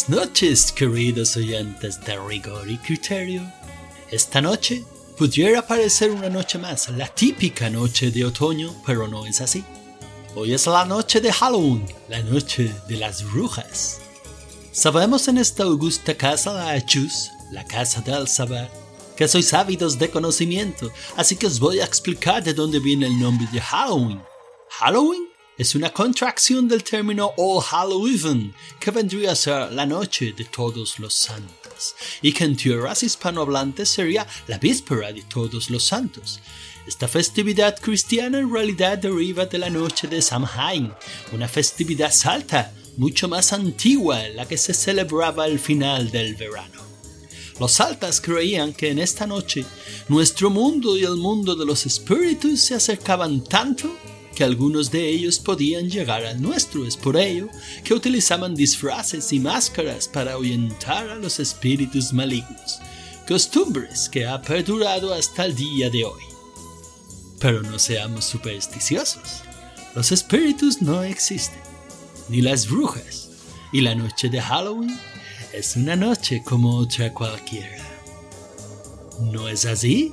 Buenas noches, queridos oyentes de Rigor y Criterio. Esta noche pudiera parecer una noche más, la típica noche de otoño, pero no es así. Hoy es la noche de Halloween, la noche de las brujas. Sabemos en esta augusta casa la Achus, la casa del saber, que sois ávidos de conocimiento, así que os voy a explicar de dónde viene el nombre de Halloween. Halloween es una contracción del término All Hallow Even, que vendría a ser la noche de todos los santos, y que en tierras hispanohablantes sería la víspera de todos los santos. Esta festividad cristiana en realidad deriva de la noche de Samhain, una festividad celta mucho más antigua en la que se celebraba el final del verano. Los celtas creían que en esta noche nuestro mundo y el mundo de los espíritus se acercaban tanto que algunos de ellos podían llegar al nuestro. Es por ello que utilizaban disfraces y máscaras para ahuyentar a los espíritus malignos, costumbres que ha perdurado hasta el día de hoy. Pero no seamos supersticiosos. Los espíritus no existen, ni las brujas, y la noche de Halloween es una noche como otra cualquiera. ¿No es así?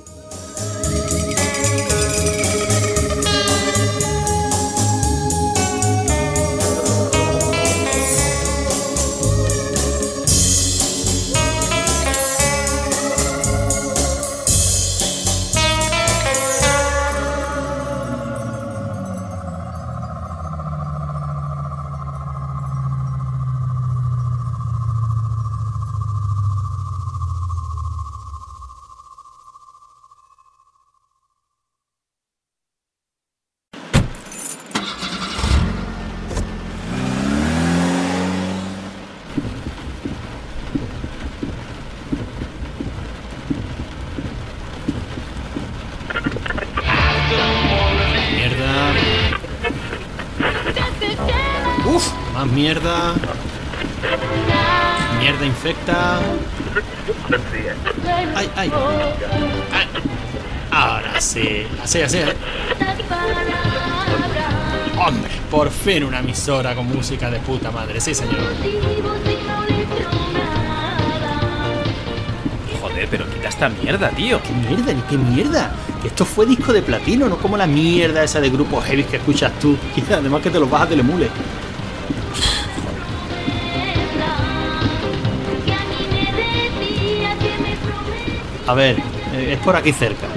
Uf, más mierda. Mierda infecta. Ay, ay. Ay. Ahora sí. Así. Hombre, por fin una emisora con música de puta madre. Sí, señor. Joder, pero quita esta mierda, tío. ¿Qué mierda? ¿Ni qué mierda? Que esto fue disco de platino, no como la mierda esa de grupos heavy que escuchas tú. Y además que te los bajas del emule. A ver, es por aquí cerca.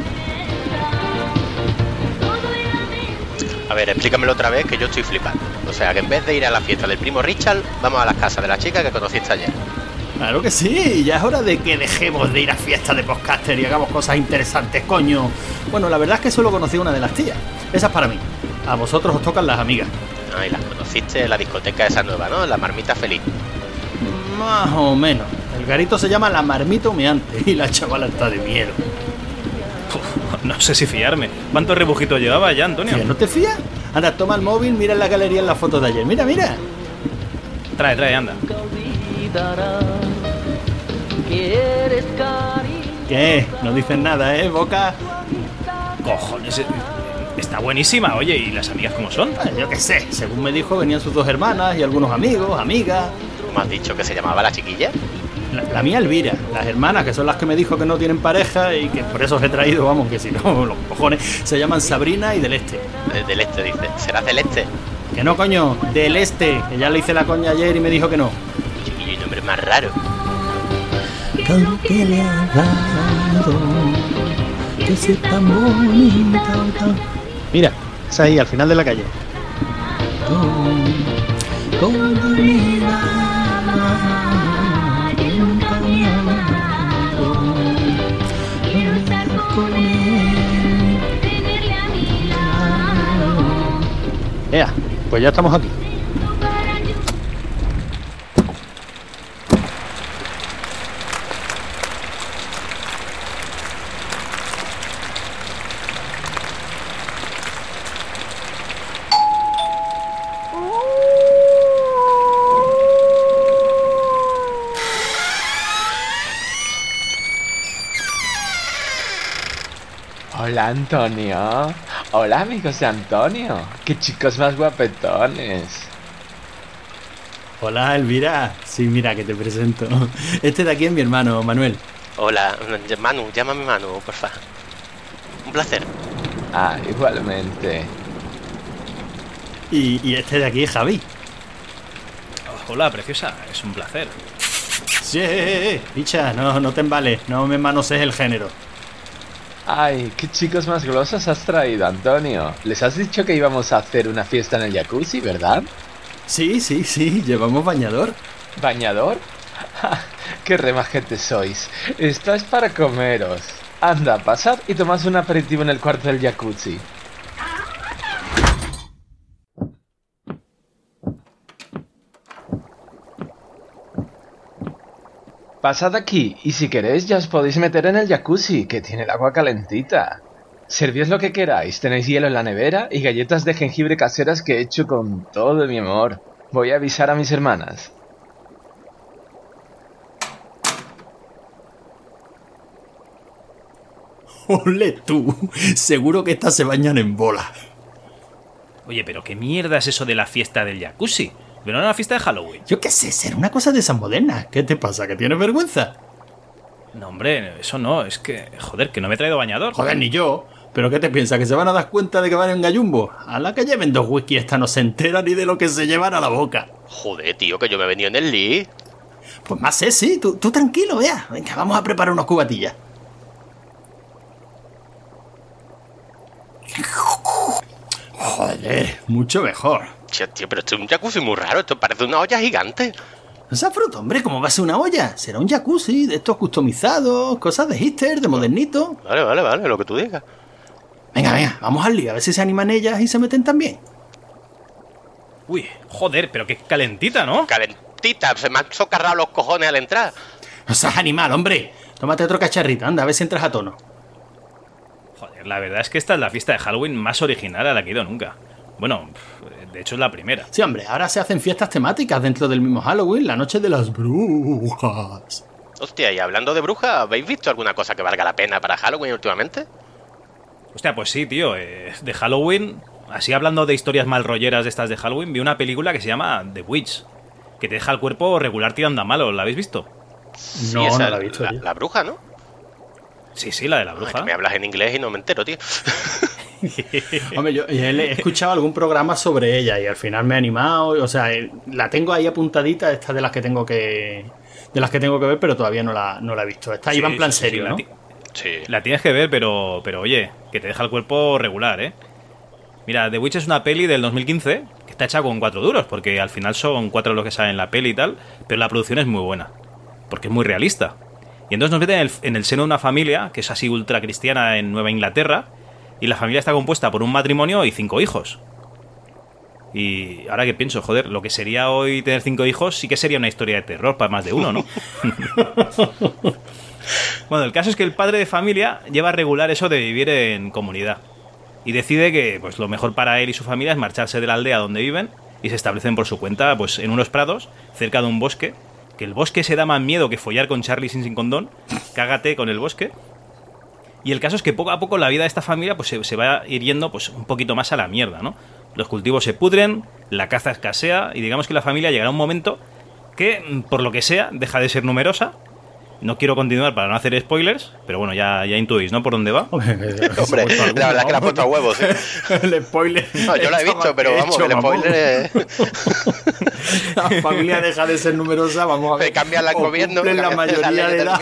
A ver, explícamelo otra vez que yo estoy flipando. O sea, que en vez de ir a la fiesta del primo Richard, vamos a la casa de la chica que conociste ayer. Claro que sí, ya es hora de que dejemos de ir a fiestas de podcaster y hagamos cosas interesantes, coño. Bueno, la verdad es que solo conocí a una de las tías. Esa es para mí. A vosotros os tocan las amigas. Ah, y las conociste en la discoteca esa nueva, ¿no? La Marmita Feliz. Más o menos. El garito se llama La Marmita Humeante y la chavala está de miedo. Uf, no sé si fiarme. ¿Cuántos rebujitos llevaba ya, Antonio? ¿Qué, no te fías? Anda, toma el móvil, mira en la galería en las fotos de ayer. Mira. Trae, anda. ¿Qué? No dices nada, ¿eh, Boca? Cojones, está buenísima, oye, ¿y las amigas cómo son? Yo qué sé, según me dijo venían sus dos hermanas y algunos amigos, amigas. ¿Tú me has dicho que se llamaba la chiquilla? La mía Elvira, las hermanas, que son las que me dijo que no tienen pareja y que por eso os he traído, vamos, que si no, los cojones, se llaman Sabrina y Del Este. Del Este, dice. ¿Será Del Este? Que no, coño, Del Este, que ya le hice la coña ayer y me dijo que no. Chiquillo, y nombre más raro. Que le ha dado, que sea tan bonita. Mira, es ahí, al final de la calle. Pues ya estamos aquí. Hola, Antonio. Hola, amigos de Antonio. Qué chicos más guapetones. Hola, Elvira. Sí, mira, que te presento. Este de aquí es mi hermano, Manuel. Hola, Manu, llámame Manu, porfa. Un placer. Ah, igualmente. Y este de aquí es Javi. Hola, preciosa, es un placer. Sí, picha, no te embales, no me manosees el género. Ay, qué chicos más golosos has traído, Antonio. Les has dicho que íbamos a hacer una fiesta en el jacuzzi, ¿verdad? Sí, llevamos bañador. ¿Bañador? Ja, ¡qué remajete sois! Esto es para comeros. Anda, pasad y tomad un aperitivo en el cuarto del jacuzzi. Pasad aquí, y si queréis ya os podéis meter en el jacuzzi, que tiene el agua calentita. Servíos lo que queráis, tenéis hielo en la nevera y galletas de jengibre caseras que he hecho con todo mi amor. Voy a avisar a mis hermanas. ¡Ole tú! Seguro que estas se bañan en bola. Oye, pero ¿qué mierda es eso de la fiesta del jacuzzi? ¿No era una fiesta de Halloween? Yo qué sé, será una cosa de esas modernas. ¿Qué te pasa? ¿Que tienes vergüenza? No, hombre, eso no, es que... Joder, que no me he traído bañador. Joder, ni yo. ¿Pero qué te piensas? ¿Que se van a dar cuenta de que van en gallumbo? A la que lleven 2 whisky esta no se entera ni de lo que se llevan a la boca. Joder, tío, que yo me he venido en el Lee. Pues más sí, tú tranquilo, vea. Venga, vamos a preparar unos cubatillas. Joder, mucho mejor. Tío, pero esto es un jacuzzi muy raro, esto parece una olla gigante. No seas fruto, hombre, ¿cómo va a ser una olla? Será un jacuzzi de estos customizados, cosas de hipster, de modernito. Vale, lo que tú digas. Venga, vamos al lío, a ver si se animan ellas y se meten también. Uy, joder, pero qué calentita, ¿no? Calentita, se me han socarrado los cojones al entrar. No seas animal, hombre. Tómate otro cacharrito, anda, a ver si entras a tono. Joder, la verdad es que esta es la fiesta de Halloween más original a la que he ido nunca. Bueno, de hecho es la primera. Sí, hombre, ahora se hacen fiestas temáticas dentro del mismo Halloween, la noche de las brujas. Hostia, y hablando de brujas, ¿habéis visto alguna cosa que valga la pena para Halloween últimamente? Hostia, pues sí, tío, de Halloween, así hablando de historias mal rolleras de estas de Halloween, vi una película que se llama The Witch, que te deja el cuerpo regular tirando a malo, ¿la habéis visto? Sí, No esa, la he visto. La bruja, ¿no? Sí, la de la bruja. Ay, que me hablas en inglés y no me entero, tío. Hombre, yo he escuchado algún programa sobre ella y al final me he animado, o sea, la tengo ahí apuntadita, esta de las que tengo que ver, pero todavía no la he visto. Esta iba en plan serio, ¿no? Sí. La tienes que ver, pero oye, que te deja el cuerpo regular, ¿eh? Mira, The Witch es una peli del 2015 que está hecha con 4 duros, porque al final son 4 los que salen en la peli y tal, pero la producción es muy buena, porque es muy realista. Y entonces nos meten en el seno de una familia que es así ultra cristiana en Nueva Inglaterra, y la familia está compuesta por un matrimonio y 5 hijos. Y ahora que pienso, joder, lo que sería hoy tener 5 hijos sí que sería una historia de terror para más de uno, ¿no? Bueno, el caso es que el padre de familia lleva a regular eso de vivir en comunidad. Y decide que pues lo mejor para él y su familia es marcharse de la aldea donde viven y se establecen por su cuenta pues en unos prados, cerca de un bosque. Que el bosque se da más miedo que follar con Charlie sin condón. Cágate con el bosque. Y el caso es que poco a poco la vida de esta familia pues se va ir yendo pues un poquito más a la mierda, ¿no? Los cultivos se pudren, la caza escasea y digamos que la familia llegará a un momento que, por lo que sea, deja de ser numerosa. No quiero continuar para no hacer spoilers, pero bueno, ya intuís, ¿no? Por dónde va. Hombre, la verdad es que la has puesto a huevos, ¿eh? El spoiler. No, yo la he visto, pero vamos, el spoiler es... La familia deja de ser numerosa, vamos a ver. Cambia el gobierno. Cumplen la mayoría de edad.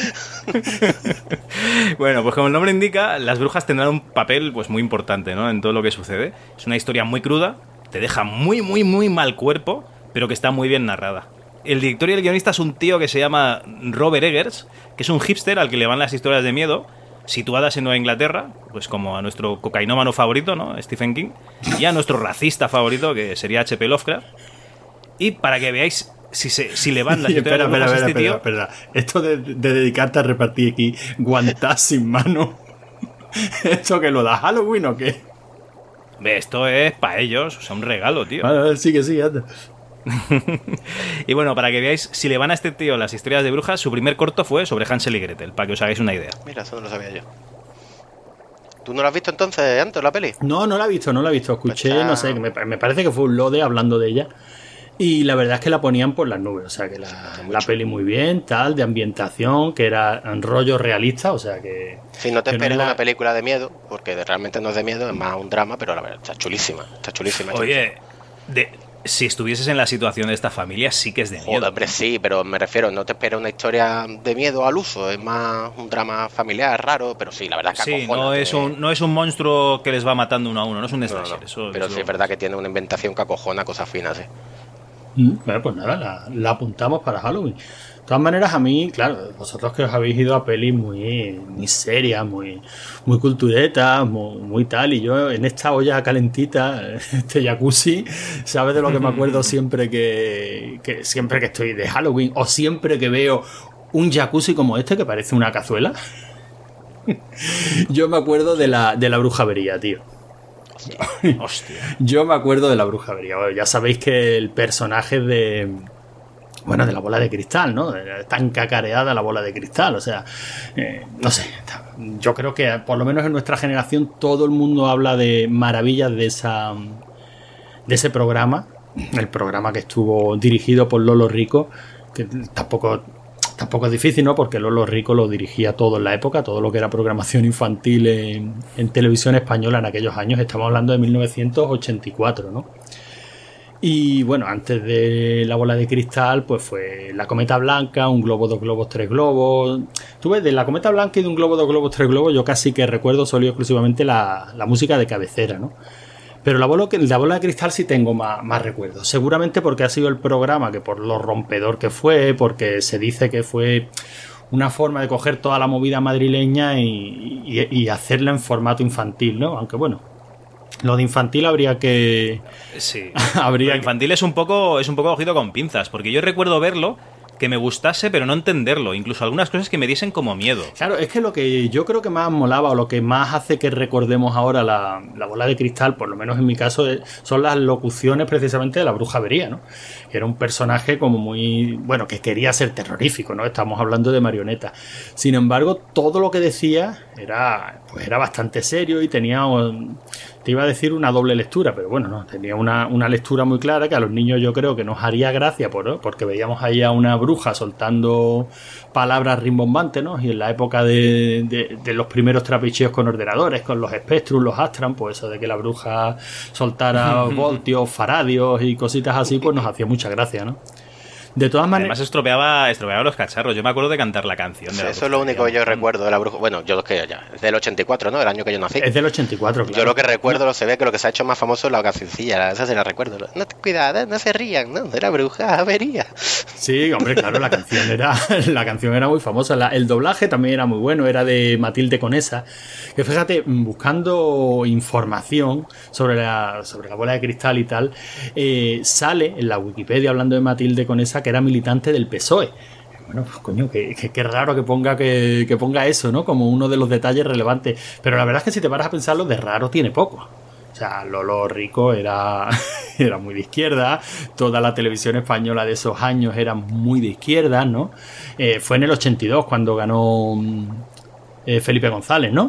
Bueno, pues como el nombre indica, las brujas tendrán un papel pues muy importante, ¿no? En todo lo que sucede. Es una historia muy cruda, te deja muy mal cuerpo, pero que está muy bien narrada. El director y el guionista es un tío que se llama Robert Eggers, que es un hipster al que le van las historias de miedo, situadas en Nueva Inglaterra, pues como a nuestro cocainómano favorito, ¿no? Stephen King, y a nuestro racista favorito, que sería H.P. Lovecraft. Y para que veáis si le van las historias de este tío... Espera. Esto de dedicarte a repartir aquí guantás sin mano, ¿esto que lo da Halloween o qué? Esto es para ellos, o sea, un regalo, tío. Vale, sí, anda. Y bueno, para que veáis si le van a este tío las historias de brujas, su primer corto fue sobre Hansel y Gretel, para que os hagáis una idea. Mira, eso no lo sabía yo. ¿Tú no lo has visto entonces antes la peli? No la he visto. Escuché, Pues no sé, me parece que fue un Lode hablando de ella. Y la verdad es que la ponían por las nubes, o sea que la peli muy bien, tal, de ambientación, que era en rollo realista, o sea que... Sí, no te que esperes no una película de miedo, porque realmente no es de miedo, es más un drama, pero la verdad está chulísima, está chulísima. Oye, si estuvieses en la situación de esta familia, sí que es de miedo. Joder, hombre, sí, pero me refiero, no te esperes una historia de miedo al uso, es más un drama familiar raro, pero sí, la verdad es que sí, acojona, no es un monstruo que les va matando uno a uno, no es un slasher. no. Eso, Pero eso sí es verdad que tiene una inventación que acojona, cosas finas, ¿eh? Bueno, pues nada, la apuntamos para Halloween. De todas maneras, a mí, claro, vosotros que os habéis ido a pelis muy serias, muy culturetas, muy tal, y yo en esta olla calentita, este jacuzzi, ¿sabes de lo que me acuerdo siempre que siempre que estoy de Halloween o siempre que veo un jacuzzi como este que parece una cazuela? Yo me acuerdo de la brujería, tío. Hostia. Yo me acuerdo de la brujería. Bueno, ya sabéis que el personaje de la bola de cristal, ¿no? Tan cacareada la bola de cristal, o sea, no sé. Yo creo que por lo menos en nuestra generación todo el mundo habla de maravillas de ese programa, el programa que estuvo dirigido por Lolo Rico, que tampoco es difícil, ¿no? Porque Lolo Rico lo dirigía todo en la época, todo lo que era programación infantil en televisión española en aquellos años. Estamos hablando de 1984, ¿no? Y bueno, antes de la bola de cristal, pues fue La Cometa Blanca, Un globo, dos globos, tres globos. Tú ves, de La Cometa Blanca y de Un globo, dos globos, tres globos, yo casi que recuerdo solo y exclusivamente la música de cabecera, ¿no? Pero la bola de cristal sí tengo más recuerdos. Seguramente porque ha sido el programa que por lo rompedor que fue, porque se dice que fue una forma de coger toda la movida madrileña y hacerla en formato infantil, ¿no? Aunque bueno, lo de infantil habría que... Sí, lo de infantil es un poco cogido con pinzas, porque yo recuerdo verlo, que me gustase, pero no entenderlo. Incluso algunas cosas que me diesen como miedo. Claro, es que lo que yo creo que más molaba o lo que más hace que recordemos ahora la bola de cristal, por lo menos en mi caso, son las locuciones precisamente de la brujería, ¿no? Era un personaje como muy... Bueno, que quería ser terrorífico, ¿no? Estamos hablando de marioneta. Sin embargo, todo lo que decía era bastante serio y tenía... Te iba a decir una doble lectura, pero bueno, no, tenía una lectura muy clara que a los niños yo creo que nos haría gracia, porque veíamos ahí a una bruja soltando palabras rimbombantes, ¿no? Y en la época de los primeros trapicheos con ordenadores, con los Spectrum, los Astran, pues eso de que la bruja soltara voltios, faradios y cositas así, pues nos hacía mucha gracia, ¿no? De todas maneras... Además estropeaba los cacharros. Yo me acuerdo de cantar la canción. Sí, eso es lo único que yo recuerdo de la bruja. Bueno, yo es que ya... Es del 84, ¿no? El año que yo nací. Es del 84, claro. Yo lo que recuerdo, se ve que lo que se ha hecho más famoso es la cancioncilla. Esa se la recuerdo. No, cuidado, no se rían, ¿no? De la bruja, avería. Sí, hombre, claro, la canción era muy famosa. El doblaje también era muy bueno. Era de Matilde Conesa. Que fíjate, buscando información sobre la bola de cristal y tal, sale en la Wikipedia, hablando de Matilde Conesa, que era militante del PSOE. Bueno, pues coño, qué raro que ponga eso, ¿no? Como uno de los detalles relevantes. Pero la verdad es que si te paras a pensarlo, de raro tiene poco. O sea, Lolo Rico era muy de izquierda. Toda la televisión española de esos años era muy de izquierda, ¿no? Fue en el 82 cuando ganó Felipe González, ¿no?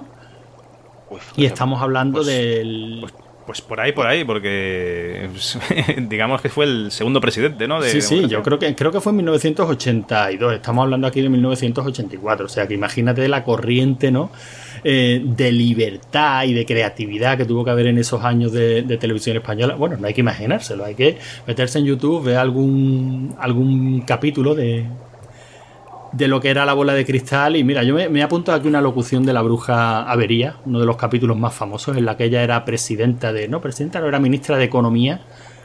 Y estamos hablando del... Pues por ahí, porque digamos que fue el segundo presidente, ¿no? Sí, yo creo que fue en 1982. Estamos hablando aquí de 1984. O sea, que imagínate la corriente, ¿no? De libertad y de creatividad que tuvo que haber en esos años de televisión española. Bueno, no hay que imaginárselo, hay que meterse en YouTube, ver algún capítulo de lo que era la bola de cristal. Y mira, yo me he apuntado aquí una locución de la bruja Avería, uno de los capítulos más famosos, en la que ella era era ministra de Economía,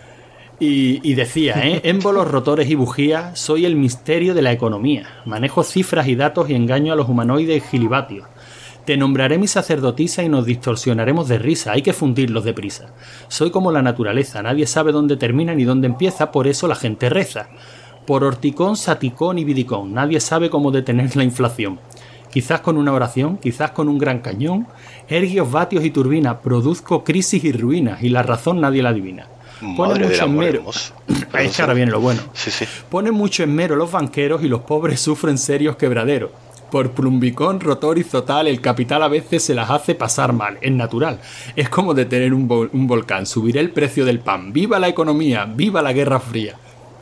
y decía, émbolos, rotores y bujías, soy el misterio de la economía, manejo cifras y datos y engaño a los humanoides gilibatios. Te nombraré mi sacerdotisa y nos distorsionaremos de risa, hay que fundirlos deprisa. Soy como la naturaleza, nadie sabe dónde termina ni dónde empieza, por eso la gente reza. Por horticón, saticón y vidicón, nadie sabe cómo detener la inflación. Quizás con una oración, quizás con un gran cañón, erguios, vatios y turbinas, produzco crisis y ruinas, y la razón nadie la adivina. Pone mucho esmero. Es que ahora viene lo bueno. Sí. Pone mucho esmero los banqueros y los pobres sufren serios quebraderos. Por plumbicón, rotor y zotal, el capital a veces se las hace pasar mal. Es natural. Es como detener un volcán. Subiré el precio del pan. ¡Viva la economía! ¡Viva la Guerra Fría!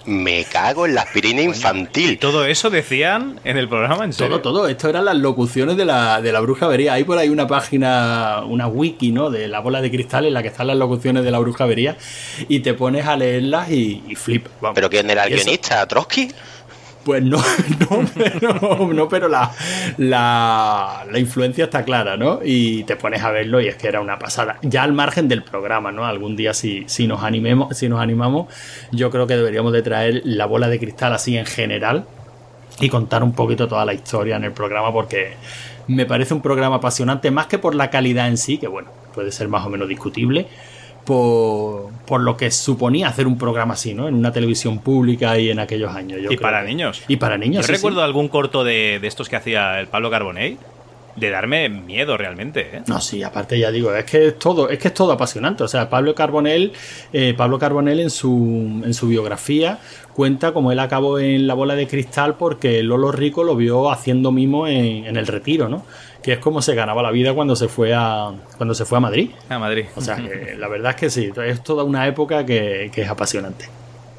Me cago en la aspirina infantil. Y todo eso decían en el programa, ¿en serio? Todo. Esto eran las locuciones de la brujavería. Hay por ahí una página, una wiki, ¿no? De la bola de cristal en la que están las locuciones de la brujavería y te pones a leerlas y flipas. ¿Pero quién era el guionista? ¿Trotsky? Pues no, pero la influencia está clara, ¿no? Y te pones a verlo y es que era una pasada. Ya al margen del programa, ¿no? Algún día si nos animamos, yo creo que deberíamos de traer la bola de cristal así en general y contar un poquito toda la historia en el programa porque me parece un programa apasionante, más que por la calidad en sí, que bueno, puede ser más o menos discutible, por lo que suponía hacer un programa así, ¿no? En una televisión pública y en aquellos años. Y para niños. Y para niños, Yo recuerdo algún corto de estos que hacía el Pablo Carbonell, de darme miedo realmente, ¿eh? No, sí, aparte ya digo, es que es todo apasionante. O sea, Pablo Carbonell en su biografía cuenta cómo él acabó en la bola de cristal porque Lolo Rico lo vio haciendo mimo en el Retiro, ¿no? Que es como se ganaba la vida cuando se fue a Madrid. A Madrid. O sea, que la verdad es que sí, es toda una época que es apasionante.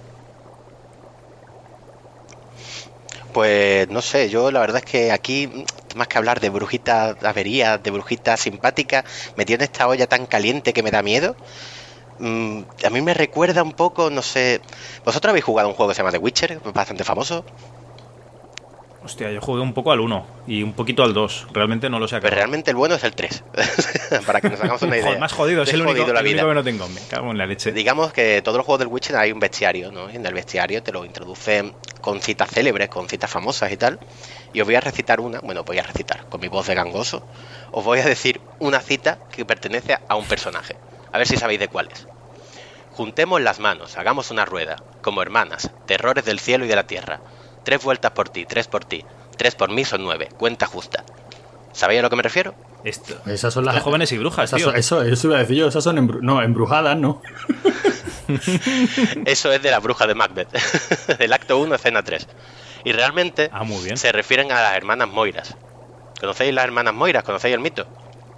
Pues no sé, yo la verdad es que aquí, más que hablar de brujitas averías, de brujitas simpáticas, metido en esta olla tan caliente que me da miedo. A mí me recuerda un poco, no sé... ¿Vosotros habéis jugado un juego que se llama The Witcher? Bastante famoso. Hostia, yo jugué un poco al 1 y un poquito al 2. Realmente no lo sé acá. Pero realmente el bueno es el 3. Para que nos hagamos una idea. Más jodido, es el único que no tengo. Me cago en la leche. Digamos que todos los juegos del Witcher hay un bestiario, ¿no? Y en el bestiario te lo introducen con citas célebres, con citas famosas y tal. Y os voy a recitar con mi voz de gangoso. Os voy a decir una cita que pertenece a un personaje. A ver si sabéis de cuál es. Juntemos las manos, hagamos una rueda, como hermanas, terrores del cielo y de la tierra. 3 vueltas por ti, 3 por ti, 3 por mí son 9, cuenta justa. ¿Sabéis a lo que me refiero? Esas son las jóvenes y brujas, tío. Eso iba a decir yo, esas son embrujadas, ¿no? Eso es de la bruja de Macbeth, del acto 1, escena 3. Y realmente muy bien. Se refieren a las hermanas Moiras. ¿Conocéis las hermanas Moiras? ¿Conocéis el mito?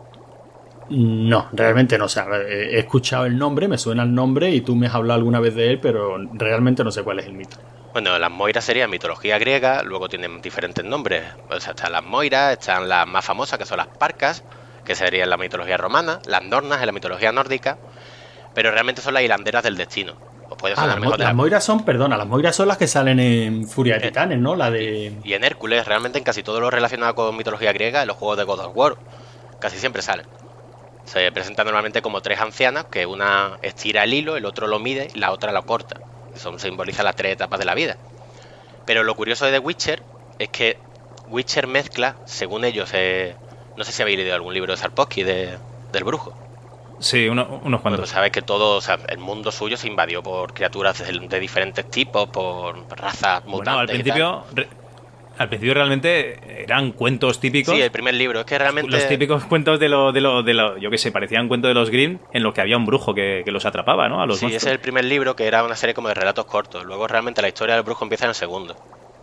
No, realmente no. O sea, he escuchado el nombre, me suena el nombre y tú me has hablado alguna vez de él, pero realmente no sé cuál es el mito. Bueno, las Moiras serían mitología griega, luego tienen diferentes nombres. O sea, están las Moiras, están las más famosas, que son las Parcas, que serían la mitología romana, las Nornas en la mitología nórdica, pero realmente son las hilanderas del destino. Os puede sonar mejor las Moiras son las que salen en Furia de Titanes, ¿no? La de... Y en Hércules, realmente en casi todo lo relacionado con mitología griega, en los juegos de God of War, casi siempre salen. Se presentan normalmente como 3 ancianas, que una estira el hilo, el otro lo mide y la otra lo corta. Eso simboliza las 3 etapas de la vida. Pero lo curioso de The Witcher es que Witcher mezcla, según ellos, no sé si habéis leído algún libro de Sapkowski del brujo. Sí, unos cuantos. Bueno, sabes que todo, o sea, el mundo suyo se invadió por criaturas de diferentes tipos, por razas mutantes. Bueno, al principio realmente eran cuentos típicos. Sí, el primer libro, es que realmente... Los típicos cuentos de lo yo qué sé, parecían cuentos de los Grimm en los que había un brujo que los atrapaba, ¿no? A los monstruos. Ese es el primer libro, que era una serie como de relatos cortos. Luego realmente la historia del brujo empieza en el segundo.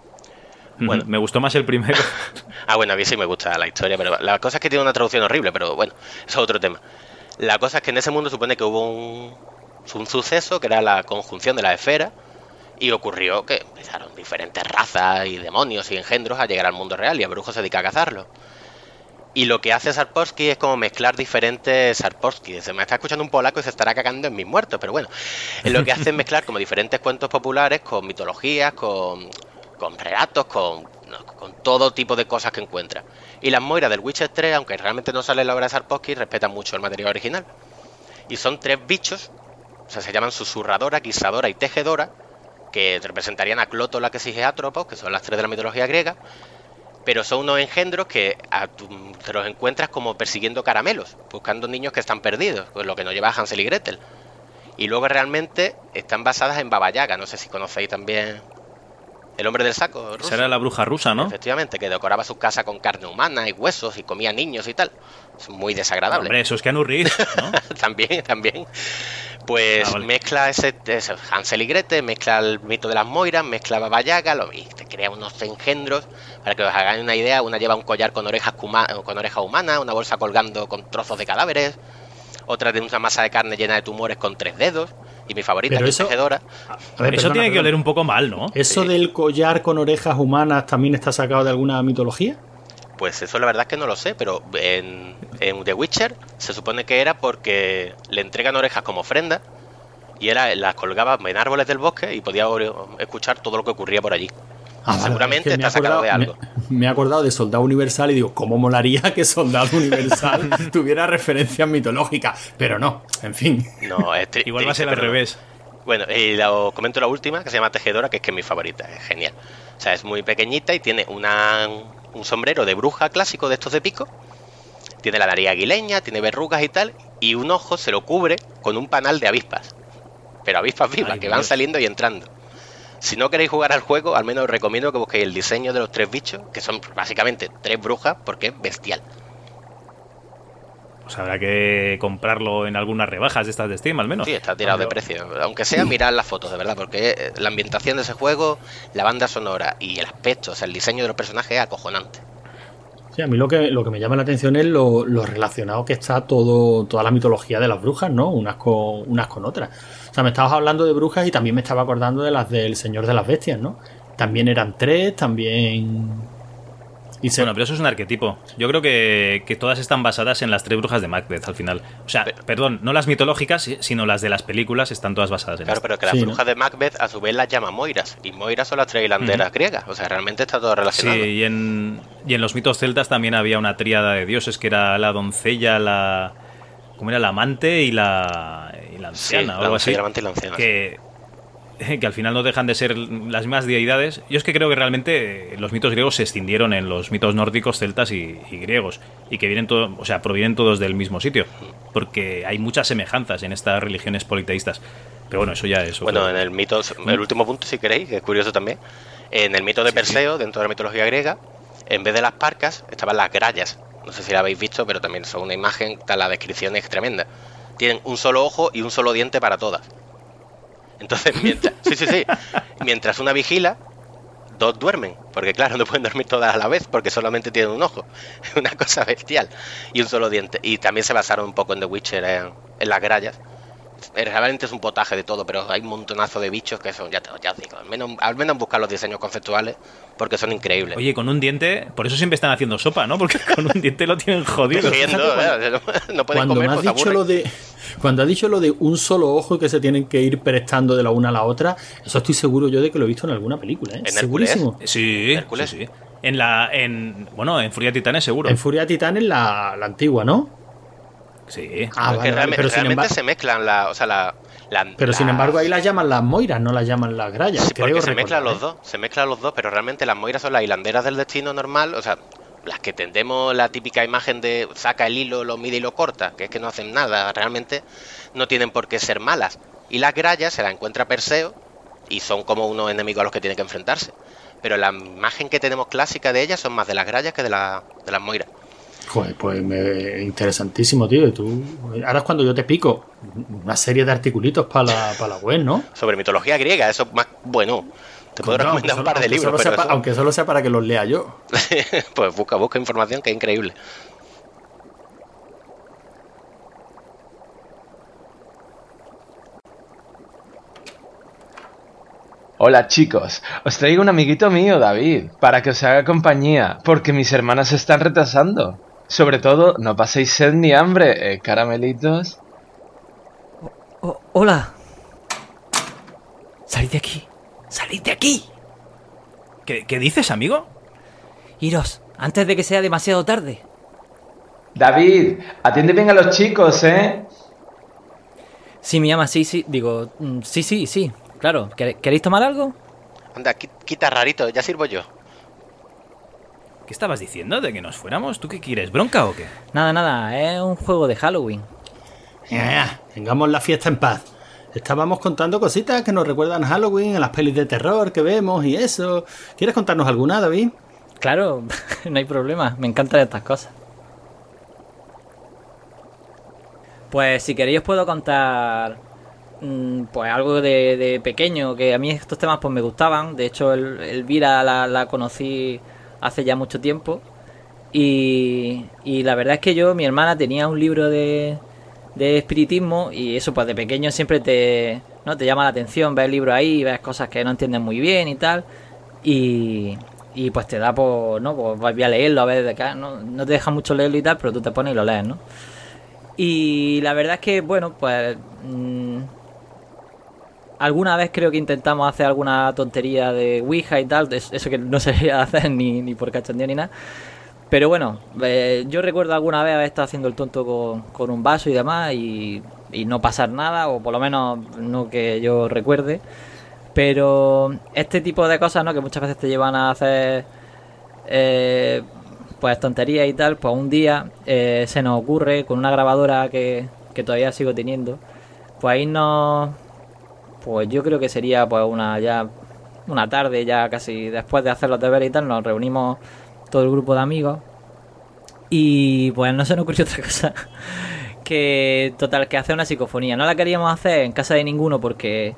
Bueno, me gustó más el primero. Bueno, a mí sí me gusta la historia, pero la cosa es que tiene una traducción horrible, pero bueno, eso es otro tema. La cosa es que en ese mundo supone que hubo un suceso, que era la conjunción de las esferas, y ocurrió que empezaron diferentes razas y demonios y engendros a llegar al mundo real, y el brujo se dedica a cazarlos. Y lo que hace Sapkowski es como mezclar diferentes Sapkowski. Se me está escuchando un polaco y se estará cagando en mis muertos, pero bueno, lo que hace es mezclar como diferentes cuentos populares con mitologías, con relatos, con todo tipo de cosas que encuentra. Y las Moiras del Witcher 3, aunque realmente no sale en la obra de Sapkowski, respetan mucho el material original. Y son 3 bichos, o sea, se llaman Susurradora, Guisadora y Tejedora, que representarían a Clótola, que y Atropos, que son las 3 de la mitología griega, pero son unos engendros que te los encuentras como persiguiendo caramelos, buscando niños que están perdidos, pues lo que nos lleva a Hansel y Gretel. Y luego realmente están basadas en Baba Yaga, no sé si conocéis también el hombre del saco ruso. Esa era la bruja rusa, ¿no? Efectivamente, que decoraba su casa con carne humana y huesos y comía niños y tal. Es muy desagradable. Hombre, eso es Keanu Reeves, ¿no? También. Pues vale. Mezcla ese Hansel y Gretel, mezcla el mito de las Moiras, mezcla Baba Yaga, y te crea unos engendros. Para que os hagáis una idea, una lleva un collar con orejas humanas, una bolsa colgando con trozos de cadáveres, otra tiene una masa de carne llena de tumores con 3 dedos, Y mi favorita, Pero que eso- es tejedora. A ver, Eso perdona, tiene que perdona. oler un poco mal, ¿no? ¿Eso del collar con orejas humanas también está sacado de alguna mitología? Pues eso la verdad es que no lo sé, pero en The Witcher se supone que era porque le entregan orejas como ofrenda y las colgaba en árboles del bosque y podía escuchar todo lo que ocurría por allí. Vale, Seguramente es que me está he sacado de acordado- algo. Me he acordado de Soldado Universal y digo, ¿cómo molaría que Soldado Universal tuviera referencias mitológicas? Pero no, en fin. No, es Igual va a triste, ser al pero no. revés. Bueno, y os comento la última, que se llama Tejedora, que es mi favorita, es genial. O sea, es muy pequeñita y tiene un sombrero de bruja clásico de estos de pico. Tiene la nariz aguileña, tiene verrugas y tal, y un ojo se lo cubre con un panal de avispas. Pero avispas vivas, Ay, que van Dios. saliendo y entrando. Si no queréis jugar al juego, al menos os recomiendo que busquéis el diseño de los 3 bichos, que son básicamente 3 brujas, porque es bestial. Pues habrá que comprarlo en algunas rebajas de estas de Steam, al menos. Sí, está tirado de precio. Aunque sea, mirad las fotos, de verdad, porque la ambientación de ese juego, la banda sonora y el aspecto, o sea, el diseño de los personajes es acojonante. Sí, a mí lo que me llama la atención es lo relacionado que está toda la mitología de las brujas, ¿no? Unas con otras. O sea, me estabas hablando de brujas y también me estaba acordando de las del Señor de las Bestias, ¿no? También eran 3, también... Y Bueno, pero eso es un arquetipo. Yo creo que todas están basadas en las 3 brujas de Macbeth al final. O sea, perdón, no las mitológicas, sino las de las películas están todas basadas en Claro, esto. pero que las Sí, brujas de Macbeth a su vez las llaman moiras. Y moiras son las 3 hilanderas griegas. O sea, realmente está todo Sí, relacionado. y en los mitos celtas también había una tríada de dioses que era la doncella, ¿cómo era? La amante y la Sí, anciana, o la algo doncella, así. la amante y la anciana, Que al final no dejan de ser las mismas deidades. Yo es que creo que realmente los mitos griegos se escindieron en los mitos nórdicos, celtas y griegos, y que provienen todos del mismo sitio, porque hay muchas semejanzas en estas religiones politeístas. Pero bueno, eso ya es Bueno, otro- en el mito, el último punto, si queréis, que es curioso también. En el mito de Perseo, dentro de la mitología griega, en vez de las parcas, estaban las grallas. No sé si la habéis visto, pero también son una imagen, la descripción es tremenda. Tienen un solo ojo y un solo diente para todas. Entonces, mientras una vigila, 2 duermen. Porque claro, no pueden dormir todas a la vez porque solamente tienen un ojo. Es una cosa bestial. Y un solo diente. Y también se basaron un poco en The Witcher, en las grallas. Realmente es un potaje de todo, pero hay un montonazo de bichos que son, ya os digo, al menos buscar los diseños conceptuales porque son increíbles. Oye, con un diente, por eso siempre están haciendo sopa, ¿no? Porque con un diente lo tienen jodido. Tejiendo, no pueden Cuando comer, me has pues dicho aburren. cuando has dicho lo de un solo ojo y que se tienen que ir prestando de la una a la otra, eso estoy seguro yo de que lo he visto en alguna película, ¿eh? ¿En Segurísimo. Sí, Hércules. sí, sí. En Furia de Titanes seguro. En Furia de Titanes la antigua, ¿no? Sí. Ah, Es que vale, pero sin realmente embargo, se mezclan pero sin embargo ahí las llaman las moiras, no las llaman las grallas. Sí, porque creo se mezclan recordar, los dos, se mezclan los dos, pero realmente las moiras son las hilanderas del destino normal, o sea, las que tendemos la típica imagen de saca el hilo, lo mide y lo corta, que es que no hacen nada, realmente no tienen por qué ser malas. Y las grallas se las encuentra Perseo y son como unos enemigos a los que tiene que enfrentarse. Pero la imagen que tenemos clásica de ellas son más de las grallas que de las moiras. Joder, pues interesantísimo, tío. Y tú, ahora es cuando yo te pico una serie de articulitos para la web, ¿no? Sobre mitología griega, eso es más bueno. Te puedo Coño, recomendar un par de aunque libros, solo pero sea eso- aunque solo sea para que los lea yo. pues busca información que es increíble. Hola chicos, os traigo un amiguito mío, David, para que os haga compañía, porque mis hermanas se están retrasando. Sobre todo, no paséis sed ni hambre, caramelitos. Hola. Salid de aquí. Salid de aquí. ¿Qué dices, amigo? Iros, antes de que sea demasiado tarde. David, atiende bien a los chicos, ¿eh? Sí, mi ama, sí. Digo, sí. Claro. ¿Queréis tomar algo? Anda, quita rarito, ya sirvo yo. ¿Qué estabas diciendo? ¿De que nos fuéramos? ¿Tú qué quieres? ¿Bronca o qué? Nada. Es un juego de Halloween. Ya, tengamos la fiesta en paz. Estábamos contando cositas que nos recuerdan Halloween, en las pelis de terror que vemos y eso. ¿Quieres contarnos alguna, David? Claro, no hay problema. Me encantan estas cosas. Pues si queréis os puedo contar pues algo de pequeño, que a mí estos temas pues me gustaban. De hecho, Elvira la conocí hace ya mucho tiempo. Y la verdad es que mi hermana tenía un libro de espiritismo y eso pues de pequeño siempre te ¿no? Te llama la atención, ves el libro ahí, ves cosas que no entiendes muy bien y tal, y pues te da por, ¿no? Pues voy a leerlo, a ver de qué, no te deja mucho leerlo y tal, pero tú te pones y lo lees, ¿no? Y la verdad es que, bueno, pues alguna vez creo que intentamos hacer alguna tontería de Ouija y tal, eso que no se debería hacer ni por cachondeo ni nada. Pero bueno, yo recuerdo alguna vez haber estado haciendo el tonto con un vaso y demás y no pasar nada, o por lo menos no que yo recuerde. Pero este tipo de cosas, ¿no? Que muchas veces te llevan a hacer pues tonterías y tal, pues un día se nos ocurre con una grabadora que todavía sigo teniendo, pues irnos, pues yo creo que sería pues una tarde ya casi después de hacer los deberes y tal, nos reunimos todo el grupo de amigos y pues no se nos ocurrió otra cosa que hacer una psicofonía. No la queríamos hacer en casa de ninguno porque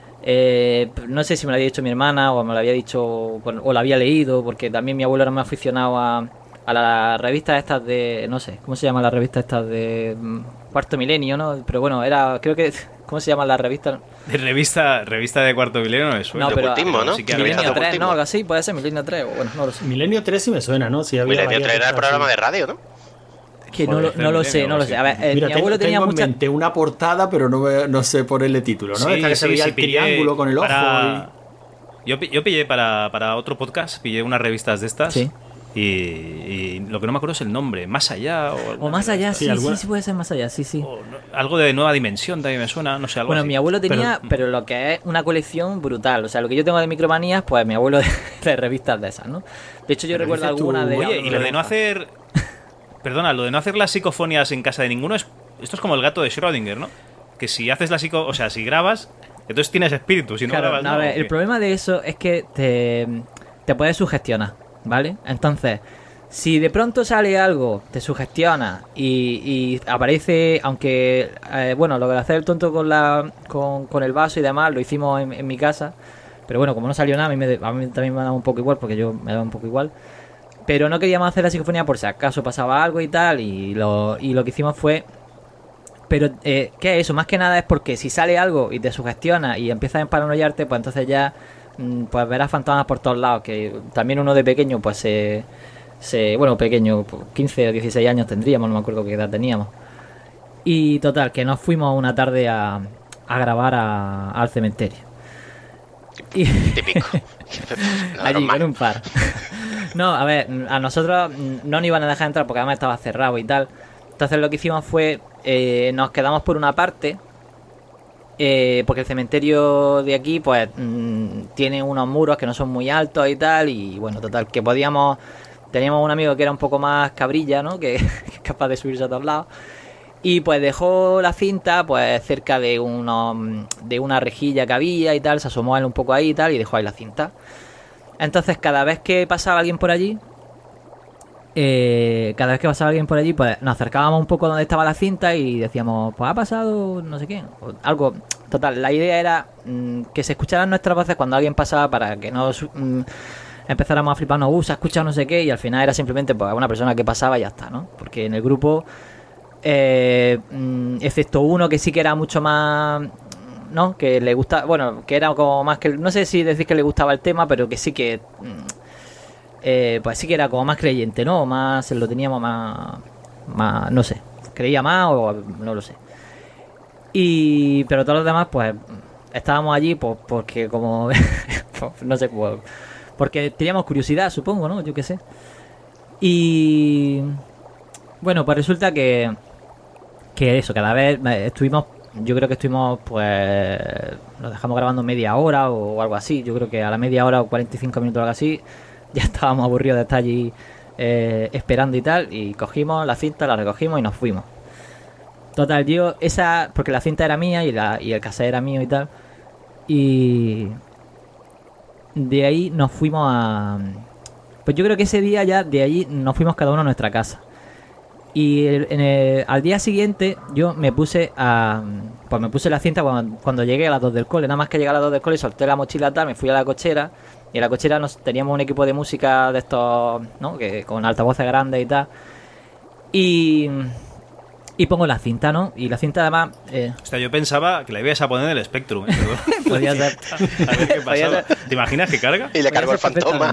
no sé si me lo había dicho mi hermana o me lo había dicho o lo había leído, porque también mi abuelo era muy aficionado a las revistas estas de, no sé, ¿cómo se llama la revista estas de Cuarto Milenio, no? Pero bueno, creo que, ¿cómo se llama la revista? De revista de Cuarto Milenio es no, pero ocultismo, ¿no? Sí que Milenio 3, no, algo así, puede ser Milenio 3, o bueno, no lo sé. Milenio 3 sí me suena, ¿no? Sí, había Milenio 3 era el programa de radio, ¿no? Que no lo sé. A ver, mira, mi abuelo tenía tengo mucha... en mente una portada, pero no sé ponerle título, ¿no? Esta que se veía el triángulo con el ojo. Yo pillé para otro podcast, pillé unas revistas de estas. Sí. Y lo que no me acuerdo es el nombre, Más Allá o Más Allá, sí puede ser Más Allá, sí. Algo de Nueva Dimensión también me suena, no sé, algo bueno, así. Mi abuelo tenía, pero lo que es una colección brutal. O sea, lo que yo tengo de Micromanías, pues mi abuelo de revistas de esas, ¿no? De hecho, yo recuerdo alguna de... Oye, y lo de no hacer... Perdona, lo de no hacer las psicofonías en casa de ninguno esto es como el gato de Schrödinger, ¿no? Que si haces o sea, si grabas, entonces tienes espíritu, si no claro, grabas, no. A ver, el problema de eso es que te puedes sugestionar, ¿vale? Entonces, si de pronto sale algo, te sugestiona y aparece, aunque, bueno, lo de hacer el tonto con el vaso y demás, lo hicimos en mi casa, pero bueno, como no salió nada, a mí también me daba un poco igual, porque yo me daba un poco igual. Pero no queríamos hacer la psicofonía por si acaso pasaba algo y tal, y lo que hicimos fue... Pero, ¿qué es eso? Más que nada es porque si sale algo y te sugestiona y empiezas a paranoiarte, pues entonces ya pues verás fantasmas por todos lados, que también uno de pequeño, pues bueno, pequeño, 15 o 16 años tendríamos, no me acuerdo qué edad teníamos. Y total, que nos fuimos una tarde a grabar al cementerio. Típico. Allí, con un par. No, a ver, a nosotros no nos iban a dejar entrar porque además estaba cerrado y tal. Entonces lo que hicimos fue, nos quedamos por una parte, porque el cementerio de aquí pues tiene unos muros que no son muy altos y tal, y bueno, total, que teníamos un amigo que era un poco más cabrilla, ¿no? Que es capaz de subirse a todos lados. Y pues dejó la cinta pues cerca de una rejilla que había y tal, se asomó él un poco ahí y tal, y dejó ahí la cinta. Entonces cada vez que pasaba alguien por allí, pues nos acercábamos un poco donde estaba la cinta y decíamos, pues ha pasado no sé qué, o algo. Total, la idea era que se escucharan nuestras voces cuando alguien pasaba, para que no empezáramos a fliparnos, se ha escuchado no sé qué, y al final era simplemente pues una persona que pasaba y ya está, ¿no? Porque en el grupo, excepto uno que sí que era mucho más... ¿no? Que le gusta, bueno, que era como más que, no sé si decís que le gustaba el tema, pero que sí que pues sí que era como más creyente, ¿no? Más lo teníamos más, no sé, creía más o no lo sé. Pero todos los demás pues estábamos allí pues porque como no sé, pues, porque teníamos curiosidad, supongo, ¿no? Yo qué sé. Y bueno, pues resulta que eso, cada vez estuvimos, yo creo que estuvimos, pues nos dejamos grabando media hora o algo así. Yo creo que a la media hora o 45 minutos o algo así ya estábamos aburridos de estar allí esperando y tal, y cogimos la cinta, la recogimos y nos fuimos. Total, porque la cinta era mía y el cassette era mío y tal, y de ahí nos fuimos pues yo creo que ese día ya de allí nos fuimos cada uno a nuestra casa. Y al día siguiente yo me puse la cinta cuando llegué a las 2 del cole. Nada más que llegué a las 2 del cole, solté la mochila tal, me fui a la cochera. Y en la cochera teníamos un equipo de música de estos, ¿no? Que con altavoces grandes y tal. Y Y pongo la cinta, ¿no? Y la cinta además... O sea, yo pensaba que la ibas a poner en el Spectrum. podía ser... A ver qué pasaba. ¿Te imaginas que carga? Y le cargo el fantasma.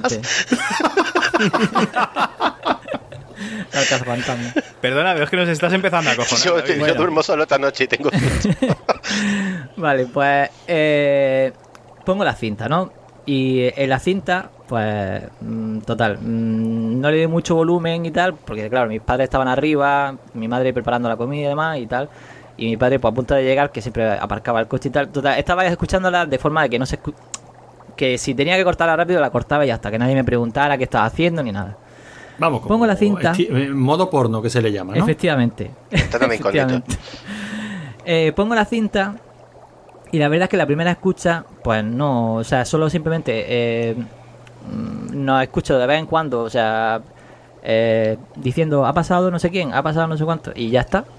El cazafantasma. Perdona, veo que nos estás empezando a cojonar. Yo duermo solo esta noche y tengo... Vale, pues pongo la cinta, ¿no? Y en la cinta, pues total, no le di mucho volumen y tal, porque claro, mis padres estaban arriba, mi madre preparando la comida y demás y tal, y mi padre pues a punto de llegar, que siempre aparcaba el coche y tal. Total, estaba escuchándola de forma de que no se que si tenía que cortarla rápido la cortaba y hasta que nadie me preguntara qué estaba haciendo ni nada. Vamos, como pongo la cinta, modo porno que se le llama, ¿no? Efectivamente. Está también incógnito. Pongo la cinta y la verdad es que la primera escucha, pues no, o sea, solo simplemente nos escucho de vez en cuando, o sea, diciendo ha pasado no sé quién, ha pasado no sé cuánto y ya está.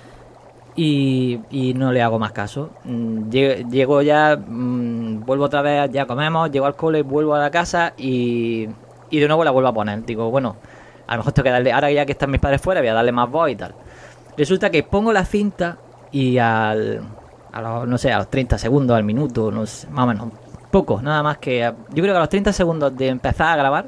Y no le hago más caso. Llego ya, vuelvo otra vez, ya comemos, llego al cole, vuelvo a la casa y de nuevo la vuelvo a poner. Digo, bueno, a lo mejor tengo que darle, ahora ya que están mis padres fuera, voy a darle más voz y tal. Resulta que pongo la cinta y a los 30 segundos, al minuto, no sé, más o menos, poco, nada más que... Yo creo que a los 30 segundos de empezar a grabar,